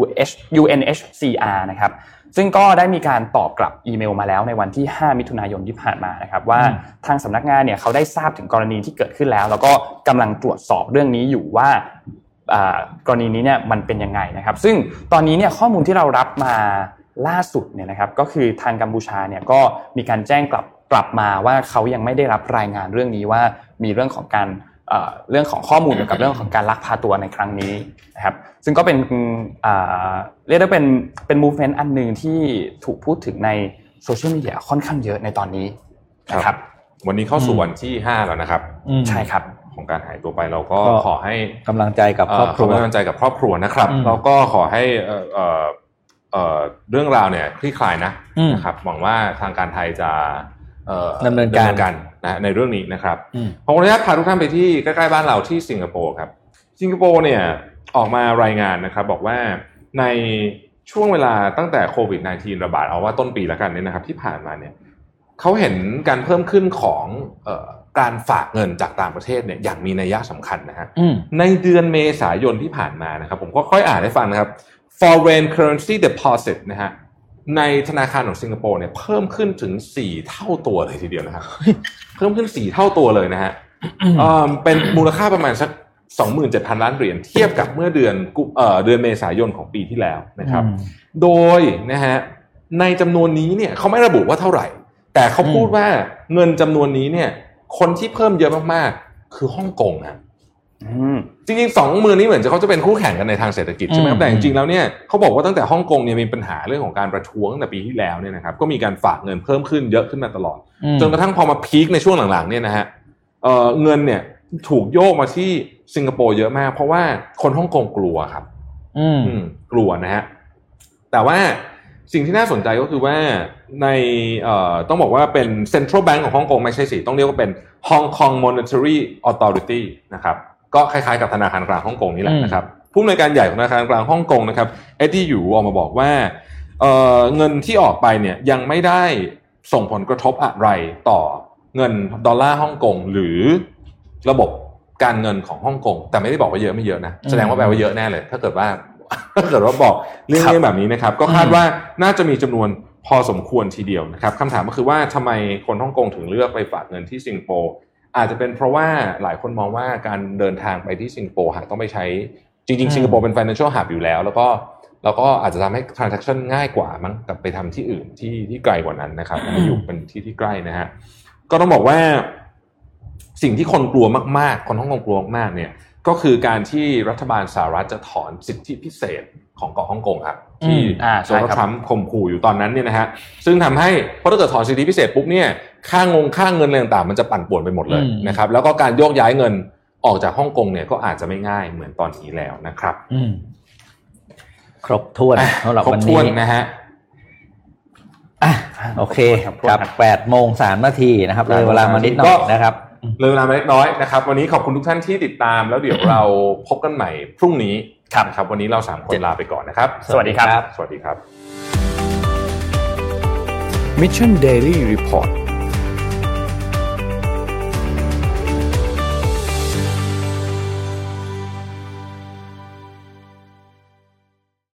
UNHCR นะครับซึ่งก็ได้มีการตอบกลับอีเมลมาแล้วในวันที่5มิถุนายนที่ผ่านมานะครับว่าทางสำนักงานเนี่ยเขาได้ทราบถึงกรณีที่เกิดขึ้นแล้วก็กำลังตรวจสอบเรื่องนี้อยู่ว่ากรณีนี้เนี่ยมันเป็นยังไงนะครับซึ่งตอนนี้เนี่ยข้อมูลที่เรารับมาล่าสุดเนี่ยนะครับก็คือทางกัมพูชาเนี่ยก็มีการแจ้งกลับมาว่าเขายังไม่ได้รับรายงานเรื่องนี้ว่ามีเรื่องของการเรื่องของข้อมูลเกี่ยวกับเรื่องของการลักพาตัวในครั้งนี้นะครับซึ่งก็เป็นเรียกได้เป็น movement อันนึงที่ถูกพูดถึงในโซเชียลมีเดียค่อนข้างเยอะในตอนนี้นะครับวันนี้เข้าสู่วันที่5แล้วนะครับใช่ครับของการหายตัวไปเราก็ขอให้กำลังใจกับครอบครัวกำลังใจกับครอบครัวนะครับเราก็ขอให้เรื่องราวเนี่ยคลี่คลายนะครับหวังว่าทางการไทยจะดำเนินการนะในเรื่องนี้นะครับผมขออนุญาตพาทุกท่านไปที่ใกล้ๆบ้านเราที่สิงคโปร์ครับสิงคโปร์เนี่ยออกมารายงานนะครับบอกว่าในช่วงเวลาตั้งแต่โควิด -19 ระบาดเอาว่าต้นปีแล้วกันเนี่ยนะครับที่ผ่านมาเนี่ยเขาเห็นการเพิ่มขึ้นของการฝากเงินจากต่างประเทศเนี่ยอย่างมีนัยสำคัญนะฮะในเดือนเมษายนที่ผ่านมานะครับผมก็ค่อยอ่านให้ฟังนะครับ foreign currency deposit นะฮะในธนาคารของสิงคโปร์เนี่ยเพิ่มขึ้นถึง4เท่าตัวเลยทีเดียวนะครับเพิ่มขึ้น4เท่าตัวเลยนะฮะเป็นมูลค่าประมาณสัก 27,000 ล้านเหรียญเทียบกับเมื่อเดือนเมษายนของปีที่แล้วนะครับโดยนะฮะในจำนวนนี้เนี่ยเขาไม่ระบุว่าเท่าไหร่แต่เขาพูดว่าเงินจำนวนนี้เนี่ยคนที่เพิ่มเยอะมากๆคือฮ่องกงนะจริงๆ2เมืองนี้เหมือนเขาจะเป็นคู่แข่งกันในทางเศรษฐกิจใช่ไหมครับแต่จริงๆแล้วเนี่ยเขาบอกว่าตั้งแต่ฮ่องกงเนี่ยมีปัญหาเรื่องของการประท้วงตั้งแต่ปีที่แล้วเนี่ยนะครับก็มีการฝากเงินเพิ่มขึ้นเยอะขึ้นมาตลอดจนกระทั่งพอมาพีคในช่วงหลังๆเนี่ยนะฮะเงินเนี่ยถูกโยกมาที่สิงคโปร์เยอะมากเพราะว่าคนฮ่องกงกลัวครับกลัวนะฮะแต่ว่าสิ่งที่น่าสนใจก็คือว่าในต้องบอกว่าเป็น Central Bank ของฮ่องกงไม่ใช่สิต้องเรียกว่าเป็น Hong Kong Monetary Authority นะครับก็คล้ายๆกับธนาคารกลางฮ่องกงนี่แหละนะครับผู้อำนวยการใหญ่ของธนาคารกลางฮ่องกงนะครับเอ็ดดี้หยูออกมาบอกว่าเงินที่ออกไปเนี่ยยังไม่ได้ส่งผลกระทบอะไรต่อเงินดอลลาร์ฮ่องกงหรือระบบการเงินของฮ่องกงแต่ไม่ได้บอกว่าเยอะไม่เยอะนะแสดงว่าแปลว่าเยอะแน่เลยถ้าเกิดว่าบอกเรื่องแบบนี้นะครับก็คาดว่าน่าจะมีจำนวนพอสมควรทีเดียวนะครับคำถามก็คือว่าทำไมคนฮ่องกงถึงเลือกไปฝากเงินที่สิงคโปร์อาจจะเป็นเพราะว่าหลายคนมองว่าการเดินทางไปที่สิงคโปร์หากต้องไปใช้จริงๆสิงคโปร์เป็น financial hub อยู่แล้วแล้วก็อาจจะทำให้ transaction ง่ายกว่ามั้งกับไปทำที่อื่นที่ไกลกว่านั้นนะครับอยู่เป็นที่ใกล้นะฮะก็ต้องบอกว่าสิ่งที่คนกลัวมากๆคนฮ่องกงกลัวมากเนี่ยก็คือการที่รัฐบาลสหรัฐจะถอนสิทธิพิเศษของเกาะฮ่องกงครับที่โดนัลด์ทรัมป์ข่มขู่อยู่ตอนนั้นเนี่ยนะฮะซึ่งทำให้เพราะถ้าเกิดถอนสิทธิพิเศษปุ๊บเนี่ยค่าเงินอะไรต่างๆมันจะปั่นป่วนไปหมดเลยนะครับแล้วก็การโยกย้ายเงินออกจากฮ่องกงเนี่ยก็อาจจะไม่ง่ายเหมือนตอนนี้แล้วนะครับครบถ้วนสำหรับวันนี้นะฮะโอเคครับ8:03 นาทีนะครับเลยเวลามานิดหน่อยนะครับเลยเวลามาเล็กน้อยนะครับวันนี้ขอบคุณทุกท่านที่ติดตามแล้วเดี๋ยวเราพบกันใหม่พรุ่งนี้นะครับวันนี้เรา3คนลาไปก่อนนะครับสวัสดีครับสวัสดีครับ Mission Daily Report